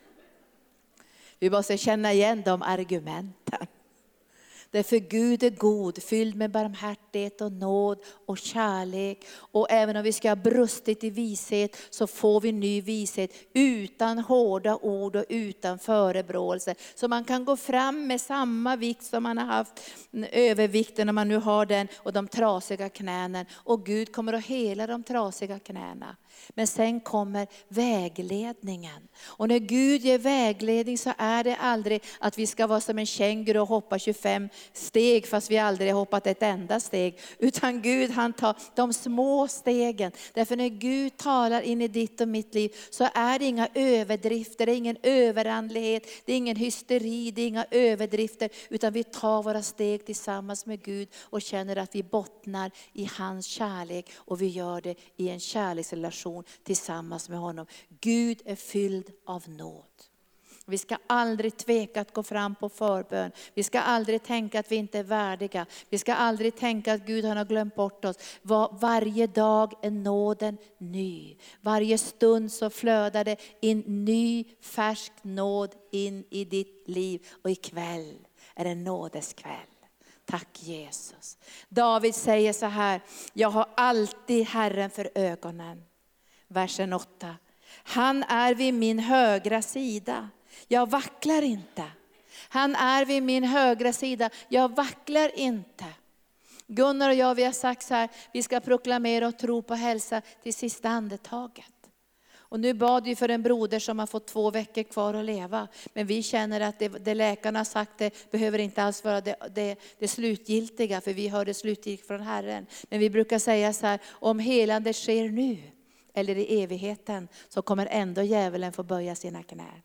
Vi måste känna igen de argumenten. Därför Gud är god, fylld med barmhärtighet och nåd och kärlek. Och även om vi ska ha brustit i vishet så får vi ny vishet utan hårda ord och utan förebråelse. Så man kan gå fram med samma vikt som man har haft, övervikten om man nu har den, och de trasiga knäna. Och Gud kommer att hela de trasiga knäna. Men sen kommer vägledningen. Och när Gud ger vägledning så är det aldrig att vi ska vara som en känguru och hoppa 25 steg fast vi aldrig har hoppat ett enda steg. Utan Gud, han tar de små stegen. Därför när Gud talar in i ditt och mitt liv så är det inga överdrifter, det är ingen överandlighet, det är ingen hysteri, det är inga överdrifter. Utan vi tar våra steg tillsammans med Gud och känner att vi bottnar i hans kärlek. Och vi gör det i en kärleksrelation tillsammans med honom. Gud är fylld av nåd. Vi ska aldrig tveka att gå fram på förbön. Vi ska aldrig tänka att vi inte är värdiga. Vi ska aldrig tänka att Gud har glömt bort oss. Varje dag är nåden ny. Varje stund så flödar det in ny färsk nåd in i ditt liv. Och ikväll är det nådeskväll. Tack Jesus. David säger så här: jag har alltid Herren för ögonen. Versen 8. Han är vid min högra sida. Jag vacklar inte. Han är vid min högra sida. Jag vacklar inte. Gunnar och jag, vi har sagt så här: vi ska proklamera och tro på hälsa till sista andetaget. Och nu bad vi för en broder som har fått 2 veckor kvar att leva. Men vi känner att det läkarna har sagt, det behöver inte alls vara det slutgiltiga. För vi hör det slutgiltigt från Herren. Men vi brukar säga så här: om helande sker nu eller i evigheten så kommer ändå djävulen få böja sina knän.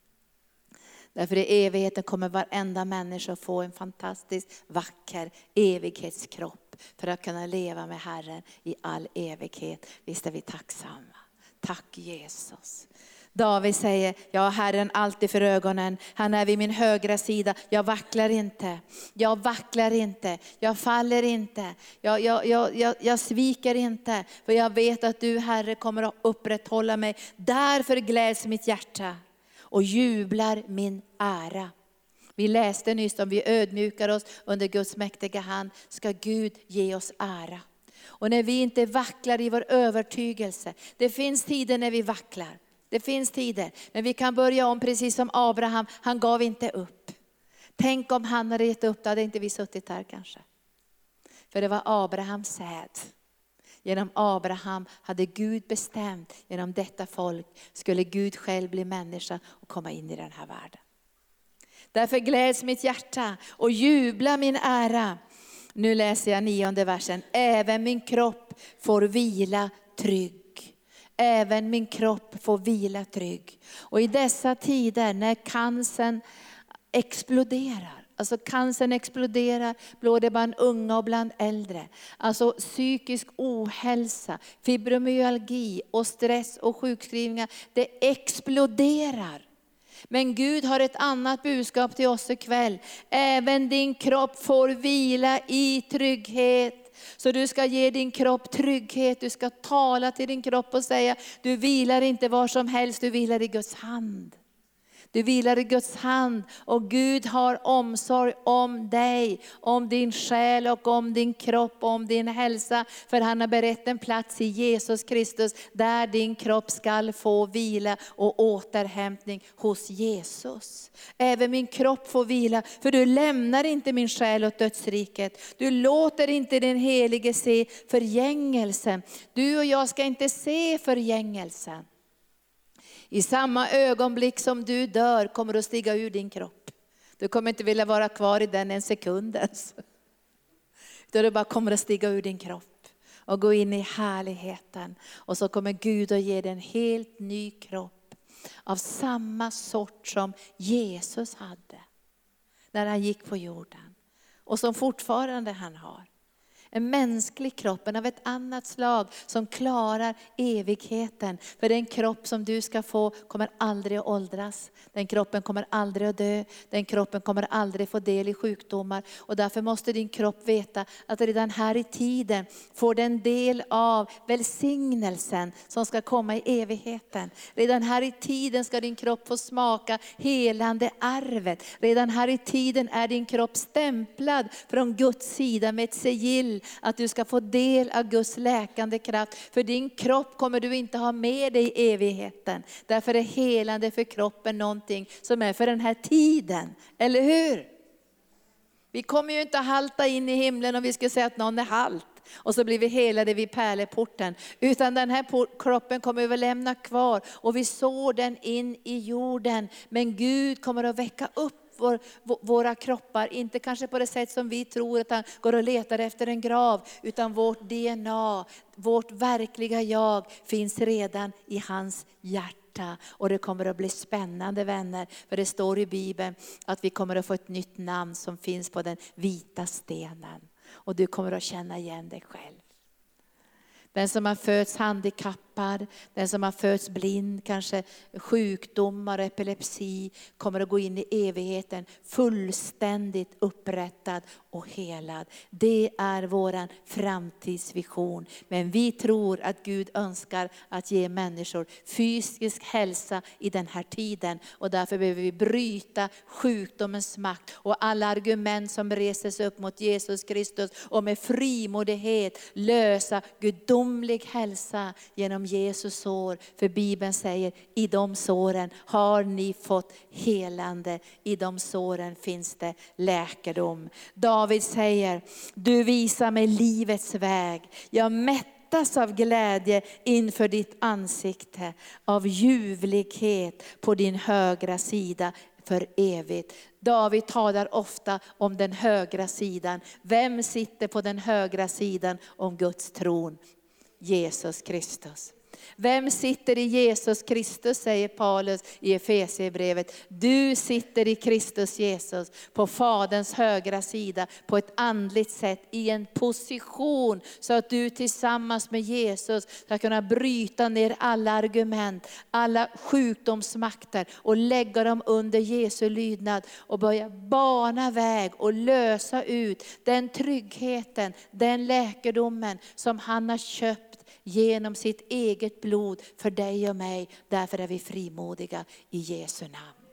Därför i evigheten kommer varenda människa få en fantastisk vacker evighetskropp. För att kunna leva med Herren i all evighet. Visst är vi tacksamma. Tack Jesus. David säger: jag har Herren alltid för ögonen. Han är vid min högra sida. Jag vacklar inte. Jag vacklar inte. Jag faller inte. Jag sviker inte. För jag vet att du, Herre, kommer att upprätthålla mig. Därför gläds mitt hjärta. Och jublar min ära. Vi läste nyss om vi ödmjukar oss under Guds mäktiga hand. Ska Gud ge oss ära. Och när vi inte vacklar i vår övertygelse. Det finns tider när vi vacklar. Det finns tider. Men vi kan börja om precis som Abraham. Han gav inte upp. Tänk om han hade gett upp. Då hade inte vi suttit här kanske. För det var Abrahams säd. Genom Abraham hade Gud bestämt. Genom detta folk skulle Gud själv bli människa och komma in i den här världen. Därför gläds mitt hjärta och jublar min ära. Nu läser jag 9:e versen. Även min kropp får vila trygg. Även min kropp får vila trygg. Och i dessa tider när cancern exploderar. Alltså cancern exploderar både bland unga och bland äldre. Alltså psykisk ohälsa, fibromyalgi och stress och sjukskrivningar. Det exploderar. Men Gud har ett annat budskap till oss ikväll. Även din kropp får vila i trygghet. Så du ska ge din kropp trygghet. Du ska tala till din kropp och säga: du vilar inte var som helst, du vilar i Guds hand. Du vilar i Guds hand och Gud har omsorg om dig, om din själ och om din kropp och om din hälsa. För han har berett en plats i Jesus Kristus där din kropp ska få vila och återhämtning hos Jesus. Även min kropp får vila, för du lämnar inte min själ åt dödsriket. Du låter inte den helige se förgängelsen. Du och jag ska inte se förgängelsen. I samma ögonblick som du dör kommer du att stiga ur din kropp. Du kommer inte vilja vara kvar i den en sekund ens. Utan du bara kommer att stiga ur din kropp och gå in i härligheten. Och så kommer Gud att ge dig en helt ny kropp av samma sort som Jesus hade när han gick på jorden. Och som fortfarande han har. En mänsklig kropp, men av ett annat slag som klarar evigheten. För den kropp som du ska få kommer aldrig att åldras. Den kroppen kommer aldrig att dö. Den kroppen kommer aldrig få del i sjukdomar. Och därför måste din kropp veta att redan här i tiden får den del av välsignelsen som ska komma i evigheten. Redan här i tiden ska din kropp få smaka helande arvet. Redan här i tiden är din kropp stämplad från Guds sida med ett sigill att du ska få del av Guds läkande kraft. För din kropp kommer du inte ha med dig i evigheten. Därför är helande för kroppen någonting som är för den här tiden. Eller hur? Vi kommer ju inte halta in i himlen om vi ska säga att någon är halt. Och så blir vi helade vid pärleporten. Utan den här kroppen kommer vi lämna kvar. Och vi sår den in i jorden. Men Gud kommer att väcka upp våra kroppar, inte kanske på det sätt som vi tror att han går och letar efter en grav, utan vårt DNA, vårt verkliga jag finns redan i hans hjärta. Och det kommer att bli spännande, vänner, för det står i Bibeln att vi kommer att få ett nytt namn som finns på den vita stenen. Och du kommer att känna igen dig själv. Den som har fötts handikappad, den som har fötts blind, kanske sjukdomar, epilepsi, kommer att gå in i evigheten fullständigt upprättad och helad. Det är våran framtidsvision. Men vi tror att Gud önskar att ge människor fysisk hälsa i den här tiden. Och därför behöver vi bryta sjukdomens makt och alla argument som reses upp mot Jesus Kristus. Och med frimodighet lösa gudomlig hälsa genom Jesus sår. För Bibeln säger, i de såren har ni fått helande. I de såren finns det läkedom. David säger, du visar mig livets väg. Jag mättas av glädje inför ditt ansikte. Av ljuvlighet på din högra sida för evigt. David talar ofta om den högra sidan. Vem sitter på den högra sidan om Guds tron? Jesus Kristus. Vem sitter i Jesus Kristus, säger Paulus i Efesierbrevet. Du sitter i Kristus Jesus på Faderns högra sida på ett andligt sätt i en position så att du tillsammans med Jesus ska kunna bryta ner alla argument, alla sjukdomsmakter och lägga dem under Jesu lydnad och börja bana väg och lösa ut den tryggheten, den läkedomen som han har köpt genom sitt eget blod för dig och mig. Därför är vi frimodiga i Jesu namn.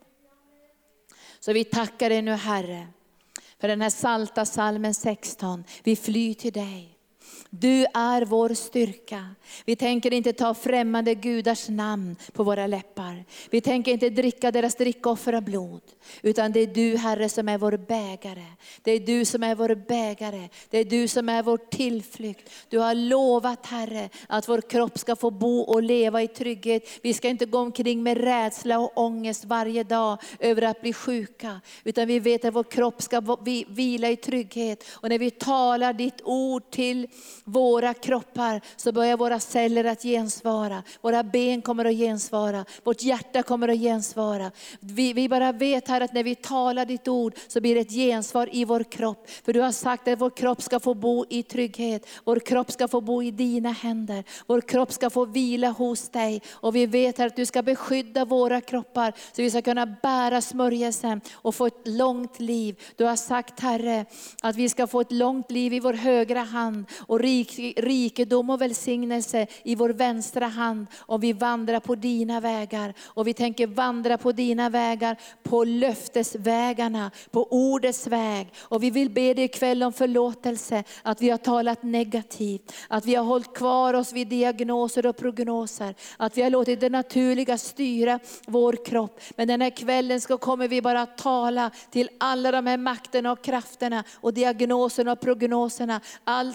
Så vi tackar dig nu, Herre, för den här salta salmen 16. Vi flyr till dig. Du är vår styrka. Vi tänker inte ta främmande gudars namn på våra läppar. Vi tänker inte dricka deras drickoffer av blod. Utan det är du, Herre, som är vår bägare. Det är du som är vår bägare. Det är du som är vår tillflykt. Du har lovat, Herre, att vår kropp ska få bo och leva i trygghet. Vi ska inte gå omkring med rädsla och ångest varje dag över att bli sjuka. Utan vi vet att vår kropp ska vila i trygghet. Och när vi talar ditt ord till våra kroppar så börjar våra celler att gensvara. Våra ben kommer att gensvara. Vårt hjärta kommer att gensvara. Vi bara vet här att när vi talar ditt ord så blir det ett gensvar i vår kropp. För du har sagt att vår kropp ska få bo i trygghet. Vår kropp ska få bo i dina händer. Vår kropp ska få vila hos dig. Och vi vet här att du ska beskydda våra kroppar så vi ska kunna bära smörjelsen och få ett långt liv. Du har sagt, Herre, att vi ska få ett långt liv i vår högra hand och rikedom och välsignelse i vår vänstra hand. Och vi vandrar på dina vägar. Och vi tänker vandra på dina vägar, på löftesvägarna, på ordets väg. Och vi vill be dig ikväll om förlåtelse att vi har talat negativt. Att vi har hållit kvar oss vid diagnoser och prognoser. Att vi har låtit det naturliga styra vår kropp. Men den här kvällen kommer vi bara att tala till alla de här makterna och krafterna och diagnoserna och prognoserna. Allt som är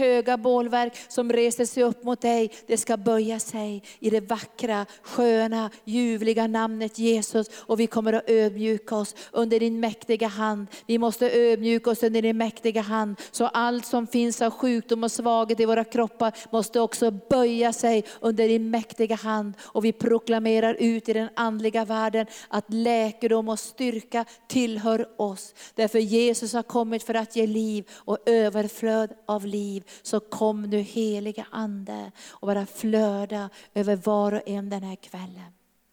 höga bålverk som reser sig upp mot dig, det ska böja sig i det vackra, sköna, ljuvliga namnet Jesus. Och vi kommer att ödmjuka oss under din mäktiga hand. Vi måste ödmjuka oss under din mäktiga hand. Så allt som finns av sjukdom och svaghet i våra kroppar måste också böja sig under din mäktiga hand. Och vi proklamerar ut i den andliga världen att läkedom och styrka tillhör oss. Därför Jesus har kommit för att ge liv och överflöd av liv. Så kom nu heliga ande och bara flöda över var och en den här kvällen.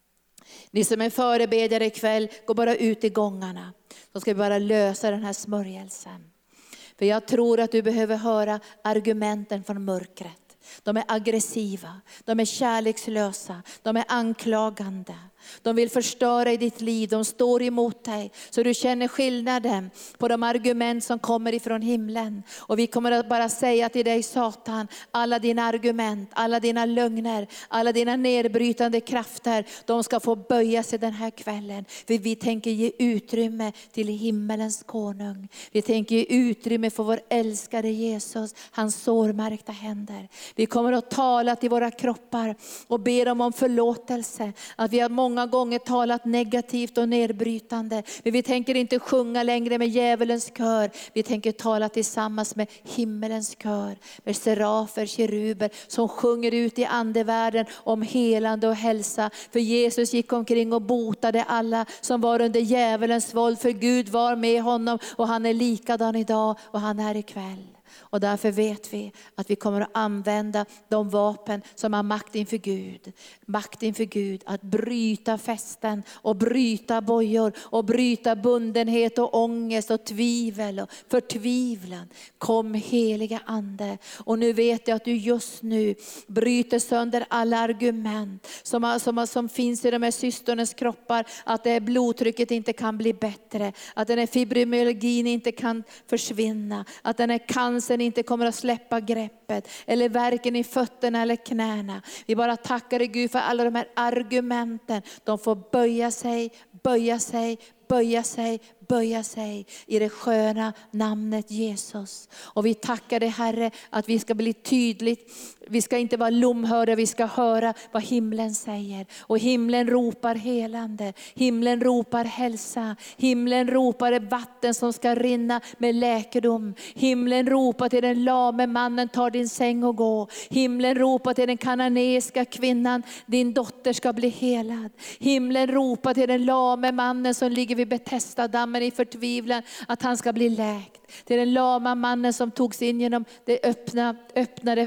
Ni som är förebedjare ikväll, gå bara ut i gångarna. Så ska vi bara lösa den här smörjelsen. För jag tror att du behöver höra argumenten från mörkret. De är aggressiva, de är kärlekslösa, de är anklagande. De vill förstöra i ditt liv, de står emot dig. Så du känner skillnaden på de argument som kommer ifrån himlen. Och vi kommer att bara säga till dig Satan, alla dina argument, alla dina lögner, alla dina nedbrytande krafter, de ska få böja sig den här kvällen. För vi tänker ge utrymme till himmelens konung. Vi tänker ge utrymme för vår älskade Jesus, hans sårmärkta händer. Vi kommer att tala till våra kroppar och be dem om förlåtelse. Att vi har många gånger talat negativt och nedbrytande. Men vi tänker inte sjunga längre med djävulens kör. Vi tänker tala tillsammans med himmelens kör. Med serafer, keruber som sjunger ut i andevärlden om helande och hälsa. För Jesus gick omkring och botade alla som var under djävulens våld. För Gud var med honom och han är likadan idag och han är ikväll. Och därför vet vi att vi kommer att använda de vapen som har makt inför Gud. Makt inför Gud att bryta fästen och bryta bojor och bryta bundenhet och ångest och tvivel och förtvivlan. Kom heliga ande. Och nu vet jag att du just nu bryter sönder alla argument som finns i de här systernas kroppar. Att det här blodtrycket inte kan bli bättre. Att den här fibromyalgin inte kan försvinna. Att den här cancern inte kommer att släppa greppet. Eller värken i fötterna eller knäna. Vi bara tackar dig Gud för alla de här argumenten. De får böja sig, böja sig, böja sig, böja sig i det sköna namnet Jesus. Och vi tackar dig Herre att vi ska bli tydligt. Vi ska inte vara lomhörda, vi ska höra vad himlen säger. Och himlen ropar helande, himlen ropar hälsa. Himlen ropar ett vatten som ska rinna med läkedom. Himlen ropar till den lame mannen, tar din säng och gå. Himlen ropar till den kananeiska kvinnan, din dotter ska bli helad. Himlen ropar till den lame mannen som ligger vid Betesda-dammen i förtvivlan, att han ska bli läkt. Till den lama mannen som togs in genom det öppnade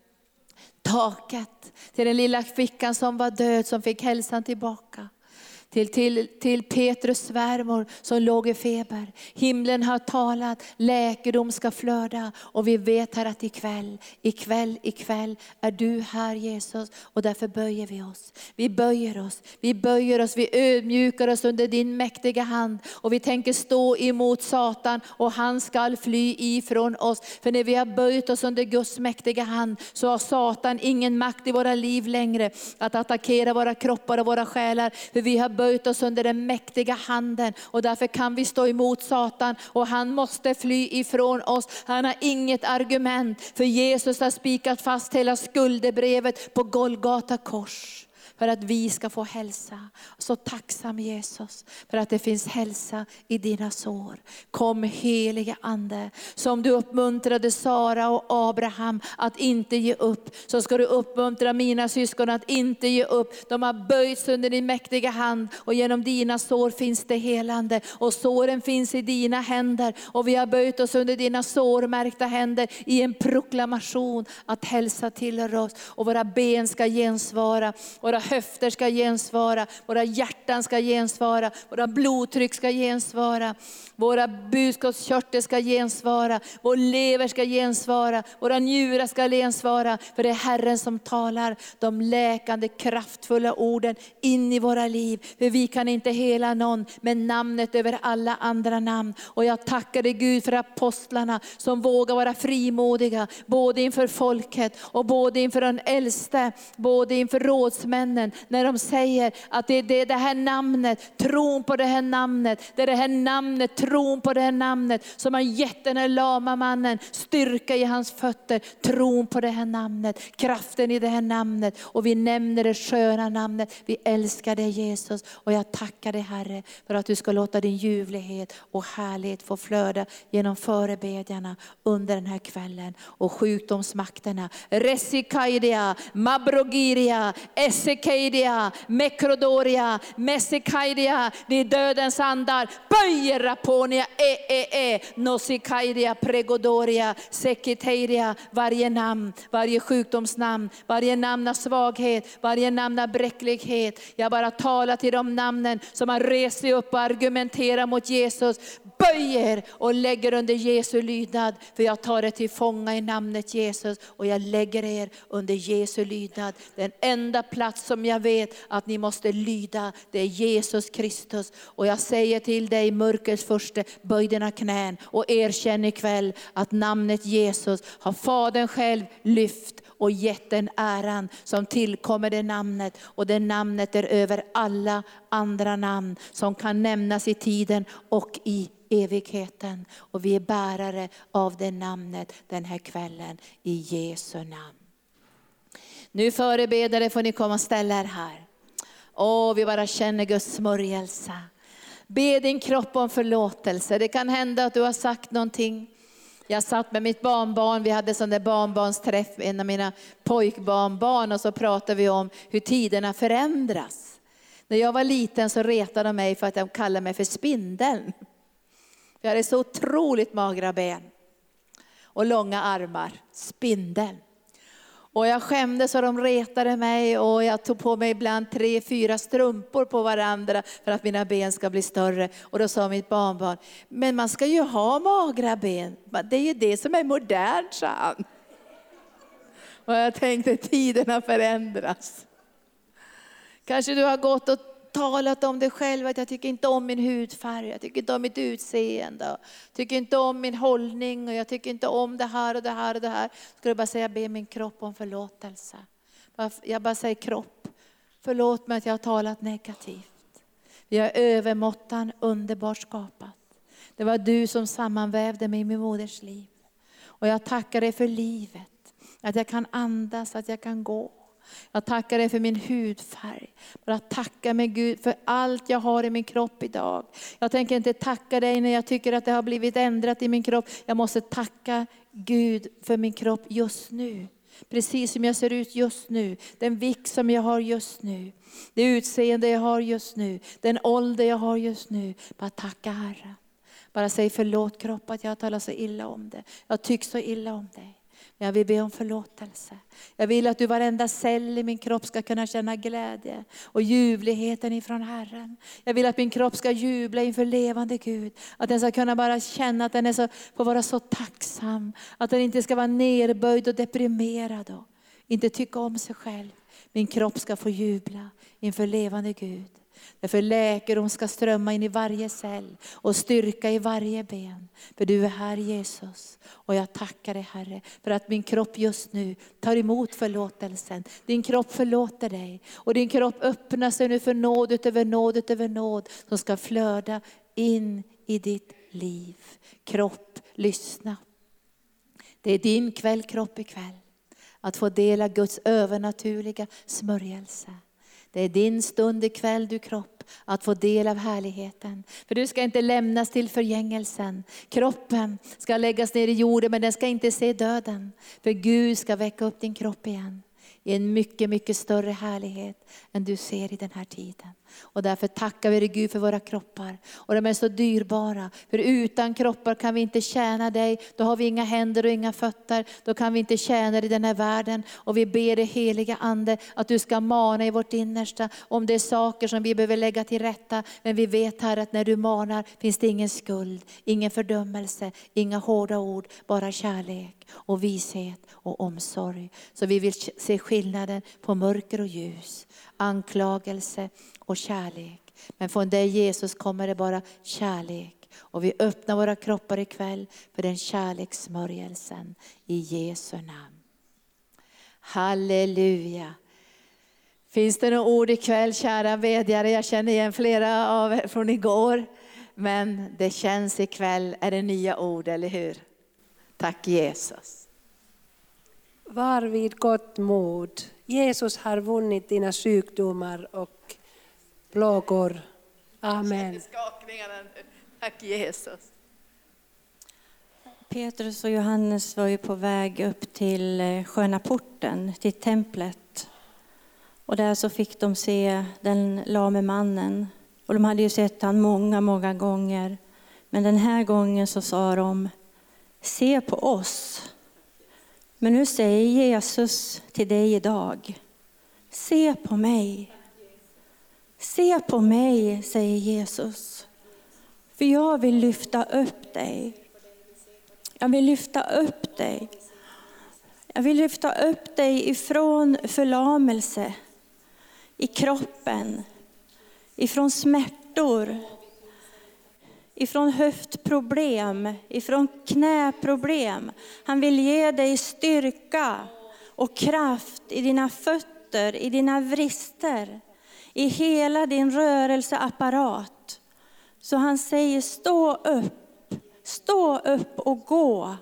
taket. Till den lilla flickan som var död som fick hälsan tillbaka. Till Petrus svärmor som låg i feber. Himlen har talat, läkedom ska flöda. Och vi vet här att ikväll är du här Jesus. Och därför böjer vi oss. Vi böjer oss, vi ödmjukar oss under din mäktiga hand. Och vi tänker stå emot Satan och han ska fly ifrån oss. För när vi har böjt oss under Guds mäktiga hand så har Satan ingen makt i våra liv längre. Att attackera våra kroppar och våra själar. För vi har böjt oss under den mäktiga handen och därför kan vi stå emot Satan och han måste fly ifrån oss. Han har inget argument för Jesus har spikat fast hela skuldebrevet på Golgata kors. För att vi ska få hälsa. Så tacksam Jesus för att det finns hälsa i dina sår. Kom helige ande. Som du uppmuntrade Sara och Abraham att inte ge upp. Så ska du uppmuntra mina syskon att inte ge upp. De har böjts under din mäktiga hand. Och genom dina sår finns det helande. Och såren finns i dina händer. Och vi har böjt oss under dina sårmärkta händer. I en proklamation att hälsa tillhör oss. Och våra ben ska gensvara. Våra höfter ska gensvara, våra hjärtan ska gensvara, våra blodtryck ska gensvara, våra bukspottkörtel ska gensvara, vår lever ska gensvara, våra njurar ska gensvara. För det är Herren som talar de läkande kraftfulla orden in i våra liv. För vi kan inte hela någon med namnet över alla andra namn. Och jag tackar dig Gud för apostlarna som vågar vara frimodiga både inför folket och både inför den äldste, både inför rådsmännen bönen när de säger att det är det här namnet, tron på det här namnet, det är det här namnet, tron på det här namnet som har gett den här lama mannen styrka i hans fötter, tron på det här namnet, kraften i det här namnet. Och vi nämner det sköna namnet, vi älskar dig Jesus, och jag tackar dig Herre för att du ska låta din ljuvlighet och härlighet få flöda genom förebedjarna under den här kvällen. Och sjukdomsmakterna, Resikaidia, Mabrogiria, Esekaidia, Mekrodoria, Mesekaidia, ni dödens andar, böjer Raponia, Nosikaidia, Pregodoria, Sekitaidia, varje namn, varje sjukdomsnamn, varje namn av svaghet, varje namn av bräcklighet. Jag bara talar till de namnen som har rest sig upp och argumenterar mot Jesus. Böjer och lägger under Jesu lydnad. För jag tar det till fånga i namnet Jesus. Och jag lägger er under Jesu lydnad. Den enda plats som jag vet att ni måste lyda, det är Jesus Kristus. Och jag säger till dig, mörkers furste, böj dina knän och erkänn ikväll att namnet Jesus har Fadern själv lyft och gett den äran som tillkommer det namnet. Och det namnet är över alla andra namn som kan nämnas i tiden och i evigheten. Och vi är bärare av det namnet den här kvällen i Jesu namn. Nu förebedare får ni komma och ställa er här. Vi bara känner Guds smörjelse. Be din kropp om förlåtelse. Det kan hända att du har sagt någonting. Jag satt med mitt barnbarn, vi hade sån där barnbarnsträff, en av mina pojkbarnbarn, och så pratade vi om hur tiderna förändras. När jag var liten så retade de mig för att de kallade mig för spindeln. Jag hade så otroligt magra ben och långa armar, spindeln. Och jag skämdes och de retade mig, och jag tog på mig ibland 3-4 strumpor på varandra för att mina ben ska bli större. Och då sa mitt barnbarn, men man ska ju ha magra ben. Det är ju det som är modernt, sa han. Och jag tänkte, tiderna förändras. Kanske du har gått och talat om dig själv, att jag tycker inte om min hudfärg, jag tycker inte om mitt utseende, jag tycker inte om min hållning, och jag tycker inte om det här och det här och det här. Ska du bara säga, be min kropp om förlåtelse. Jag bara säger, kropp, förlåt mig att jag har talat negativt. Vi är övermåttan underbart skapat. Det var du som sammanvävde mig i min moders liv. Och jag tackar dig för livet, att jag kan andas, att jag kan gå. Jag tackar dig för min hudfärg. Bara tacka mig Gud för allt jag har i min kropp idag. Jag tänker inte tacka dig när jag tycker att det har blivit ändrat i min kropp. Jag måste tacka Gud för min kropp just nu. Precis som jag ser ut just nu. Den vikt som jag har just nu. Det utseende jag har just nu. Den ålder jag har just nu. Bara tacka Herren. Bara säg förlåt kropp att jag talar så illa om det. Jag tycker så illa om dig. Jag vill be om förlåtelse. Jag vill att du varenda cell i min kropp ska kunna känna glädje och ljuvligheten ifrån Herren. Jag vill att min kropp ska jubla inför levande Gud. Att den ska kunna bara känna att den får vara så tacksam. Att den inte ska vara nerböjd och deprimerad och inte tycka om sig själv. Min kropp ska få jubla inför levande Gud. Därför läkedom ska strömma in i varje cell och styrka i varje ben. För du är här Jesus. Och jag tackar dig Herre för att min kropp just nu tar emot förlåtelsen. Din kropp förlåter dig. Och din kropp öppnar sig nu för nåd utöver nåd utöver nåd. Som ska flöda in i ditt liv. Kropp, lyssna. Det är din kväll, kropp ikväll. Att få dela Guds övernaturliga smörjelse. Det är din stund ikväll, du kropp, att få del av härligheten. För du ska inte lämnas till förgängelsen. Kroppen ska läggas ner i jorden, men den ska inte se döden. För Gud ska väcka upp din kropp igen. I en mycket, mycket större härlighet än du ser i den här tiden. Och därför tackar vi dig Gud för våra kroppar. Och de är så dyrbara. För utan kroppar kan vi inte tjäna dig. Då har vi inga händer och inga fötter. Då kan vi inte tjäna dig i den här världen. Och vi ber dig heliga ande att du ska mana i vårt innersta. Om det är saker som vi behöver lägga till rätta. Men vi vet här att när du manar finns det ingen skuld. Ingen fördömelse. Inga hårda ord. Bara kärlek och vishet och omsorg. Så vi vill se skillnaden på mörker och ljus. Anklagelse och kärlek. Men från dig Jesus kommer det bara kärlek. Och vi öppnar våra kroppar ikväll för den kärlekssmörjelsen i Jesu namn. Halleluja. Finns det några ord ikväll, kära vädjare? Jag känner igen flera av er från igår. Men det känns ikväll, är det nya ord, eller hur? Tack Jesus. Var vid gott mod. Jesus har vunnit dina sjukdomar och plågor. Amen. Tack Jesus. Petrus och Johannes var ju på väg upp till Sköna porten, till templet. Och där så fick de se den lame mannen. Och de hade ju sett han många gånger. Men den här gången så sa de, se på oss. Men nu säger Jesus till dig idag, se på mig. Se på mig, säger Jesus. För jag vill lyfta upp dig. Jag vill lyfta upp dig. Jag vill lyfta upp dig ifrån förlamelse i kroppen, ifrån smärtor, ifrån höftproblem, ifrån knäproblem. Han vill ge dig styrka och kraft i dina fötter, i dina vrister, i hela din rörelseapparat. Så han säger, stå upp och gå.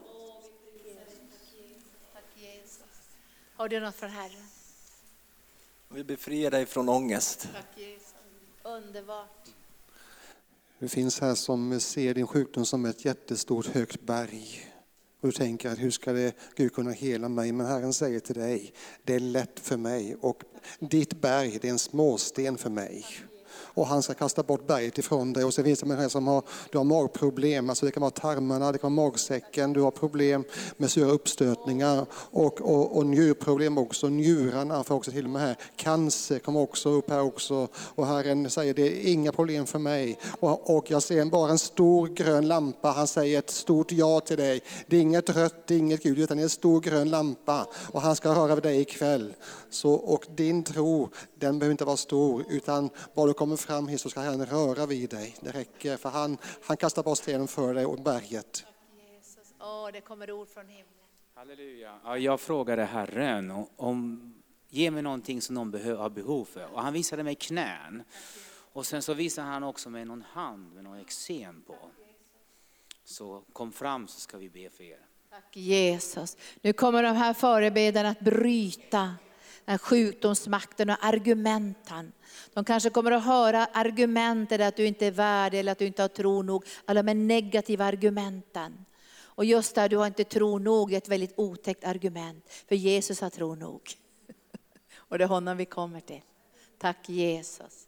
Tack Jesus. Har du något från Herren? Jag vill befria dig från ångest. Tack Jesus. Underbart. Du finns här som ser din sjukdom som ett jättestort högt berg. Och du tänker att hur ska det Gud kunna hela mig? Men Herren säger till dig, det är lätt för mig. Och ditt berg, det är en småsten för mig. Och han ska kasta bort berget ifrån dig. Och så finns det människor som du har magproblem. Alltså det kan vara tarmarna, det kan vara magsäcken. Du har problem med sura uppstötningar. Och njurproblem också. Njurarna får också till och med här. Cancer kommer också upp här också. Och Herren säger, det är inga problem för mig. Och jag ser bara en stor grön lampa. Han säger ett stort ja till dig. Det är inget rött, det är inget gult, utan det är en stor grön lampa. Och han ska röra vid dig ikväll. Och din tro, den behöver inte vara stor. Utan bara du kommer fram hit så ska Herren röra vid dig. Det räcker, för han kastar bort stenen för dig och berget. Jesus. Det kommer ord från himlen. Halleluja. Ja, jag frågade Herren om ge mig någonting som någon har behov för. Och han visade mig knän. Och sen så visade han också mig någon hand med någon eksem på. Så kom fram så ska vi be för er. Tack Jesus. Nu kommer de här förebedjarna att bryta den sjukdomsmakten och argumenten. De kanske kommer att höra argumenten att du inte är värd eller att du inte har tro nog. Alla de negativa argumenten. Och just där du har inte tro nog är ett väldigt otäckt argument. För Jesus har tro nog. Och det är honom vi kommer till. Tack Jesus.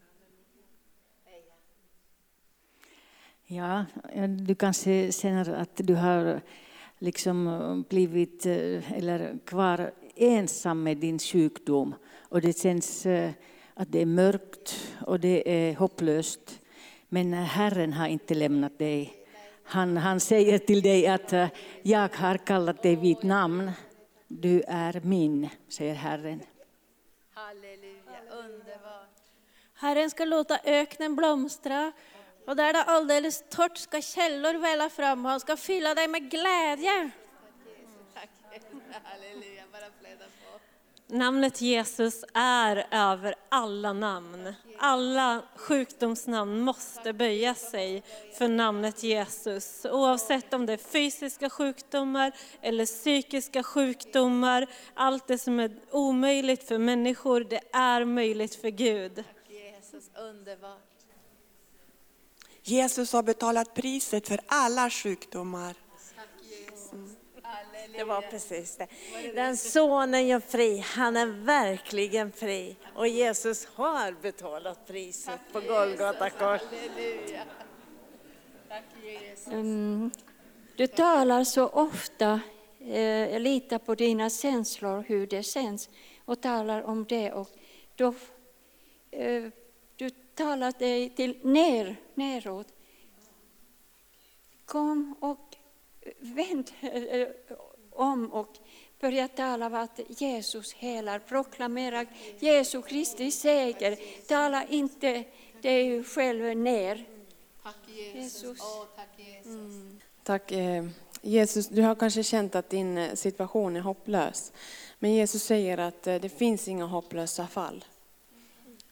Ja, du kanske känner att du har liksom blivit eller kvar ensam med din sjukdom. Och det känns att det är mörkt och det är hopplöst. Men Herren har inte lämnat dig. Han säger till dig att jag har kallat dig vid namn. Du är min, säger Herren. Halleluja, underbart. Herren ska låta öknen blomstra. Och där det alldeles torrt ska källor välla fram. Och han ska fylla dig med glädje. Tack Jesus. Halleluja, bara fläda på. Namnet Jesus är över alla namn. Alla sjukdomsnamn måste böja sig för namnet Jesus. Oavsett om det är fysiska sjukdomar eller psykiska sjukdomar. Allt det som är omöjligt för människor, det är möjligt för Gud. Tack Jesus, underbart. Jesus har betalat priset för alla sjukdomar. Tack Jesus. Det var precis det. Den sonen gör fri, han är verkligen fri. Och Jesus har betalat priset på Golgata kors. Halleluja. Tack Jesus. Du talar så ofta, litar på dina känslor, hur det känns. Och talar om det. Och då, du talar dig till neråt. Kom och vänd om och börja tala om att Jesus helar. Proklamera Jesu Kristi seger. Tala inte dig själv ner. Tack Jesus. Tack Jesus. Tack Jesus, du har kanske känt att din situation är hopplös. Men Jesus säger att det finns inga hopplösa fall.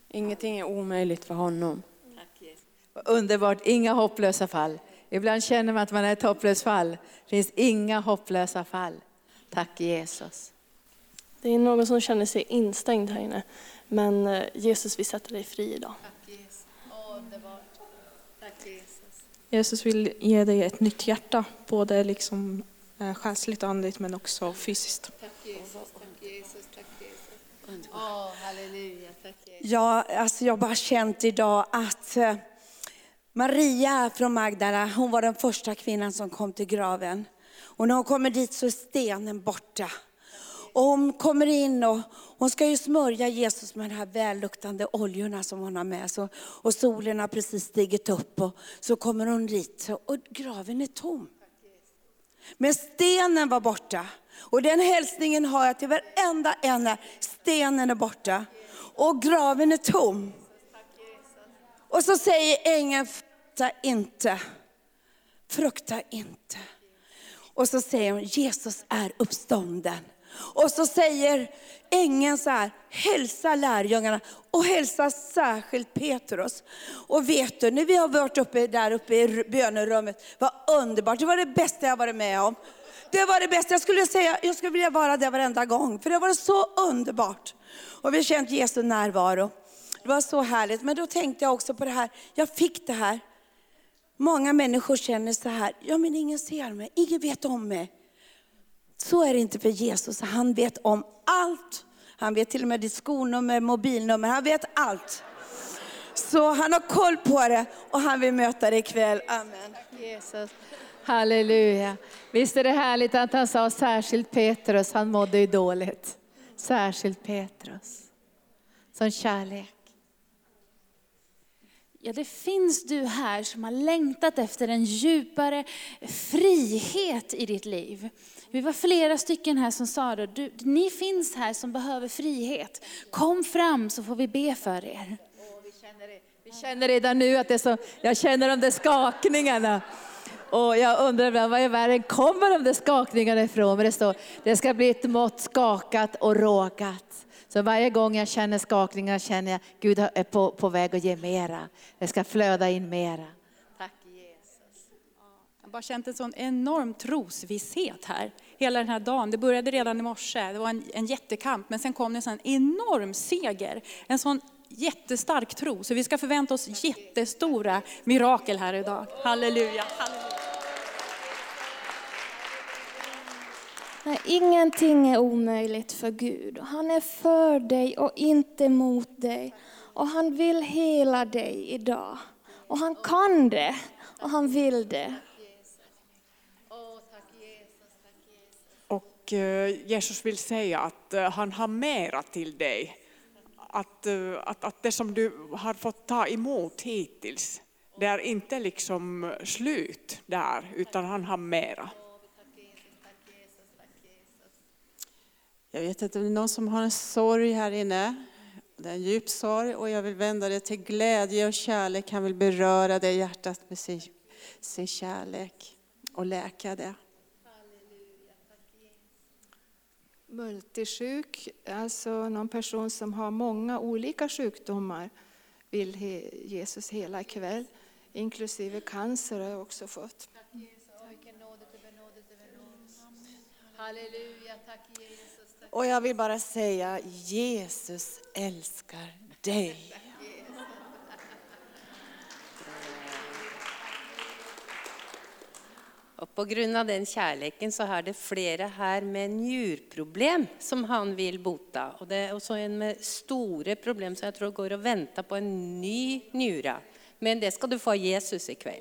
Ingenting är omöjligt för honom. Underbart, inga hopplösa fall. Ibland känner man att man är ett hopplöst fall. Det finns inga hopplösa fall. Tack Jesus. Det är någon som känner sig instängd här inne. Men Jesus vill sätta dig fri idag. Tack Jesus. Underbart. Tack Jesus. Jesus vill ge dig ett nytt hjärta. Både liksom själsligt och andligt men också fysiskt. Tack Jesus. Tack Jesus. Tack Jesus. Halleluja. Tack Jesus. Ja, alltså jag har bara känt idag att Maria från Magdala, hon var den första kvinnan som kom till graven. Och när hon kommer dit så är stenen borta. Och hon kommer in och hon ska ju smörja Jesus med de här välluktande oljorna som hon har med sig. Och solen har precis stigit upp och så kommer hon dit och graven är tom. Men stenen var borta. Och den hälsningen har jag till varenda en här. Stenen är borta. Och graven är tom. Och så säger ängeln, frukta inte. Frukta inte. Och så säger hon, Jesus är uppstånden. Och så säger ängeln så här, hälsa lärjungarna och hälsa särskilt Petrus. Och vet du, när vi har varit där uppe i bönerummet, vad underbart. Det var det bästa jag varit med om. Det var det bästa. Jag skulle vilja vara där varenda gång. För det var så underbart. Och vi har känt Jesu närvaro. Det var så härligt. Men då tänkte jag också på det här. Jag fick det här. Många människor känner så här. Ja, men ingen ser mig. Ingen vet om mig. Så är det inte för Jesus. Han vet om allt. Han vet till och med ditt skonummer, mobilnummer. Han vet allt. Så han har koll på det. Och han vill möta dig ikväll. Amen. Jesus. Halleluja. Visst är det härligt att han sa särskilt Petrus. Han mådde ju dåligt. Särskilt Petrus. Som kärlek. Ja, det finns du här som har längtat efter en djupare frihet i ditt liv. Vi var flera stycken här som sa det. Ni finns här som behöver frihet. Kom fram så får vi be för er. Vi känner redan nu att det är så, jag känner de där skakningarna. Och jag undrar vad i världen kommer de där skakningarna ifrån. Men det står, det ska bli ett mått skakat och rågat. Så varje gång jag känner skakningar känner jag Gud är på väg att ge mera. Det ska flöda in mera. Tack Jesus. Jag har bara känt en sån enorm trosvisshet här. Hela den här dagen. Det började redan i morse. Det var en jättekamp. Men sen kom det en sån enorm seger. En sån jättestark tro. Så vi ska förvänta oss jättestora mirakel här idag. Halleluja. Halleluja. Nej, ingenting är omöjligt för Gud. Han är för dig och inte mot dig. Och han vill hela dig idag. Och han kan det. Och han vill det. Och Jesus vill säga att han har mera till dig. Att det som du har fått ta emot hittills, det är inte liksom slut där, utan han har mera. Jag vet inte om det är någon som har en sorg här inne. Det är en djup sorg och jag vill vända det till glädje och kärlek. Han vill beröra det hjärtat med sin kärlek och läka det. Multisjuk, alltså någon person som har många olika sjukdomar, vill Jesus hela ikväll. Inklusive cancer har jag också fått. Halleluja, tack Jesus. Och jag vill bara säga, Jesus älskar dig. Och på grund av den kärleken så har det flera här med njurproblem som han vill bota. Och det är också en med stora problem så jag tror går och väntar på en ny njura. Men det ska du få Jesus ikväll.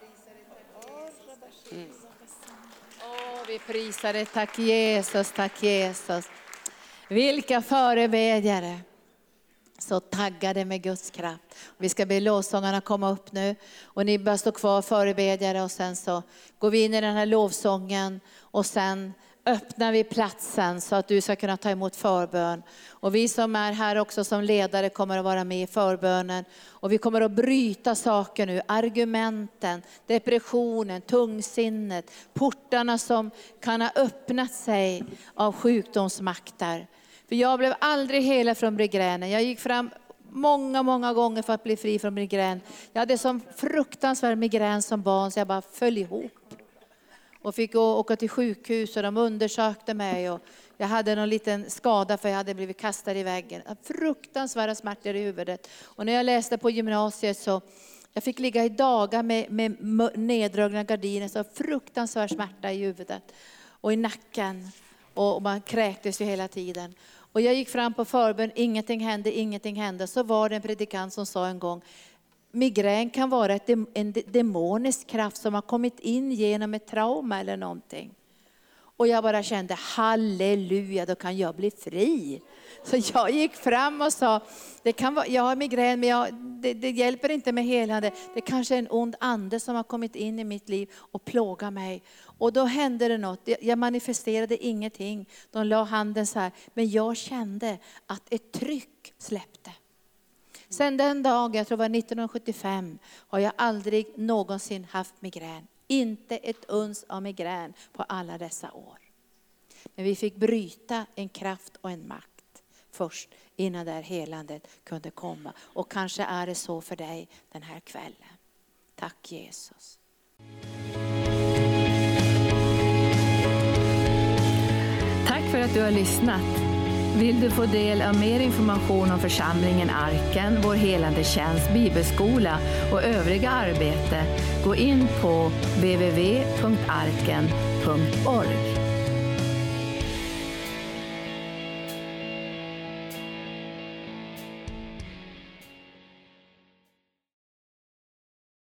Vi prisar dig, tack Jesus, tack Jesus. Vilka förebedjare. Så taggade med Guds kraft. Vi ska be lovsångarna komma upp nu. Och ni bör stå kvar förebedjare. Och sen så går vi in i den här lovsången. Och sen öppnar vi platsen så att du ska kunna ta emot förbön. Och vi som är här också som ledare kommer att vara med i förbönen. Och vi kommer att bryta saker nu. Argumenten, depressionen, tungsinnet. Portarna som kan ha öppnat sig av sjukdomsmakter. För jag blev aldrig hela från begränen. Jag gick fram många gånger för att bli fri från migrän. Jag hade sån fruktansvärd migrän som barn så jag bara föll ihop. Och fick åka till sjukhus och de undersökte mig. Och jag hade någon liten skada för jag hade blivit kastad i väggen. Fruktansvärda smärtor i huvudet. Och när jag läste på gymnasiet så jag fick ligga i dagar med neddragna gardiner. Så fruktansvärd smärta i huvudet och i nacken. Och man kräktes ju hela tiden. Och jag gick fram på förbön, ingenting hände. Så var det en predikant som sa en gång, migrän kan vara en demonisk kraft som har kommit in genom ett trauma eller någonting. Och jag bara kände, halleluja, då kan jag bli fri. Så jag gick fram och sa, jag har migrän men det hjälper inte med helande. Det kanske är en ond ande som har kommit in i mitt liv och plågar mig. Och då hände det något, jag manifesterade ingenting. De la handen så här, men jag kände att ett tryck släppte. Sen den dagen, jag tror det var 1975, har jag aldrig någonsin haft migrän. Inte ett uns av migrän på alla dessa år. Men vi fick bryta en kraft och en makt först innan det här helandet kunde komma. Och kanske är det så för dig den här kvällen. Tack Jesus. Tack för att du har lyssnat. Vill du få del av mer information om församlingen Arken, vår helande tjänst, bibelskola och övriga arbete, gå in på www.arken.org.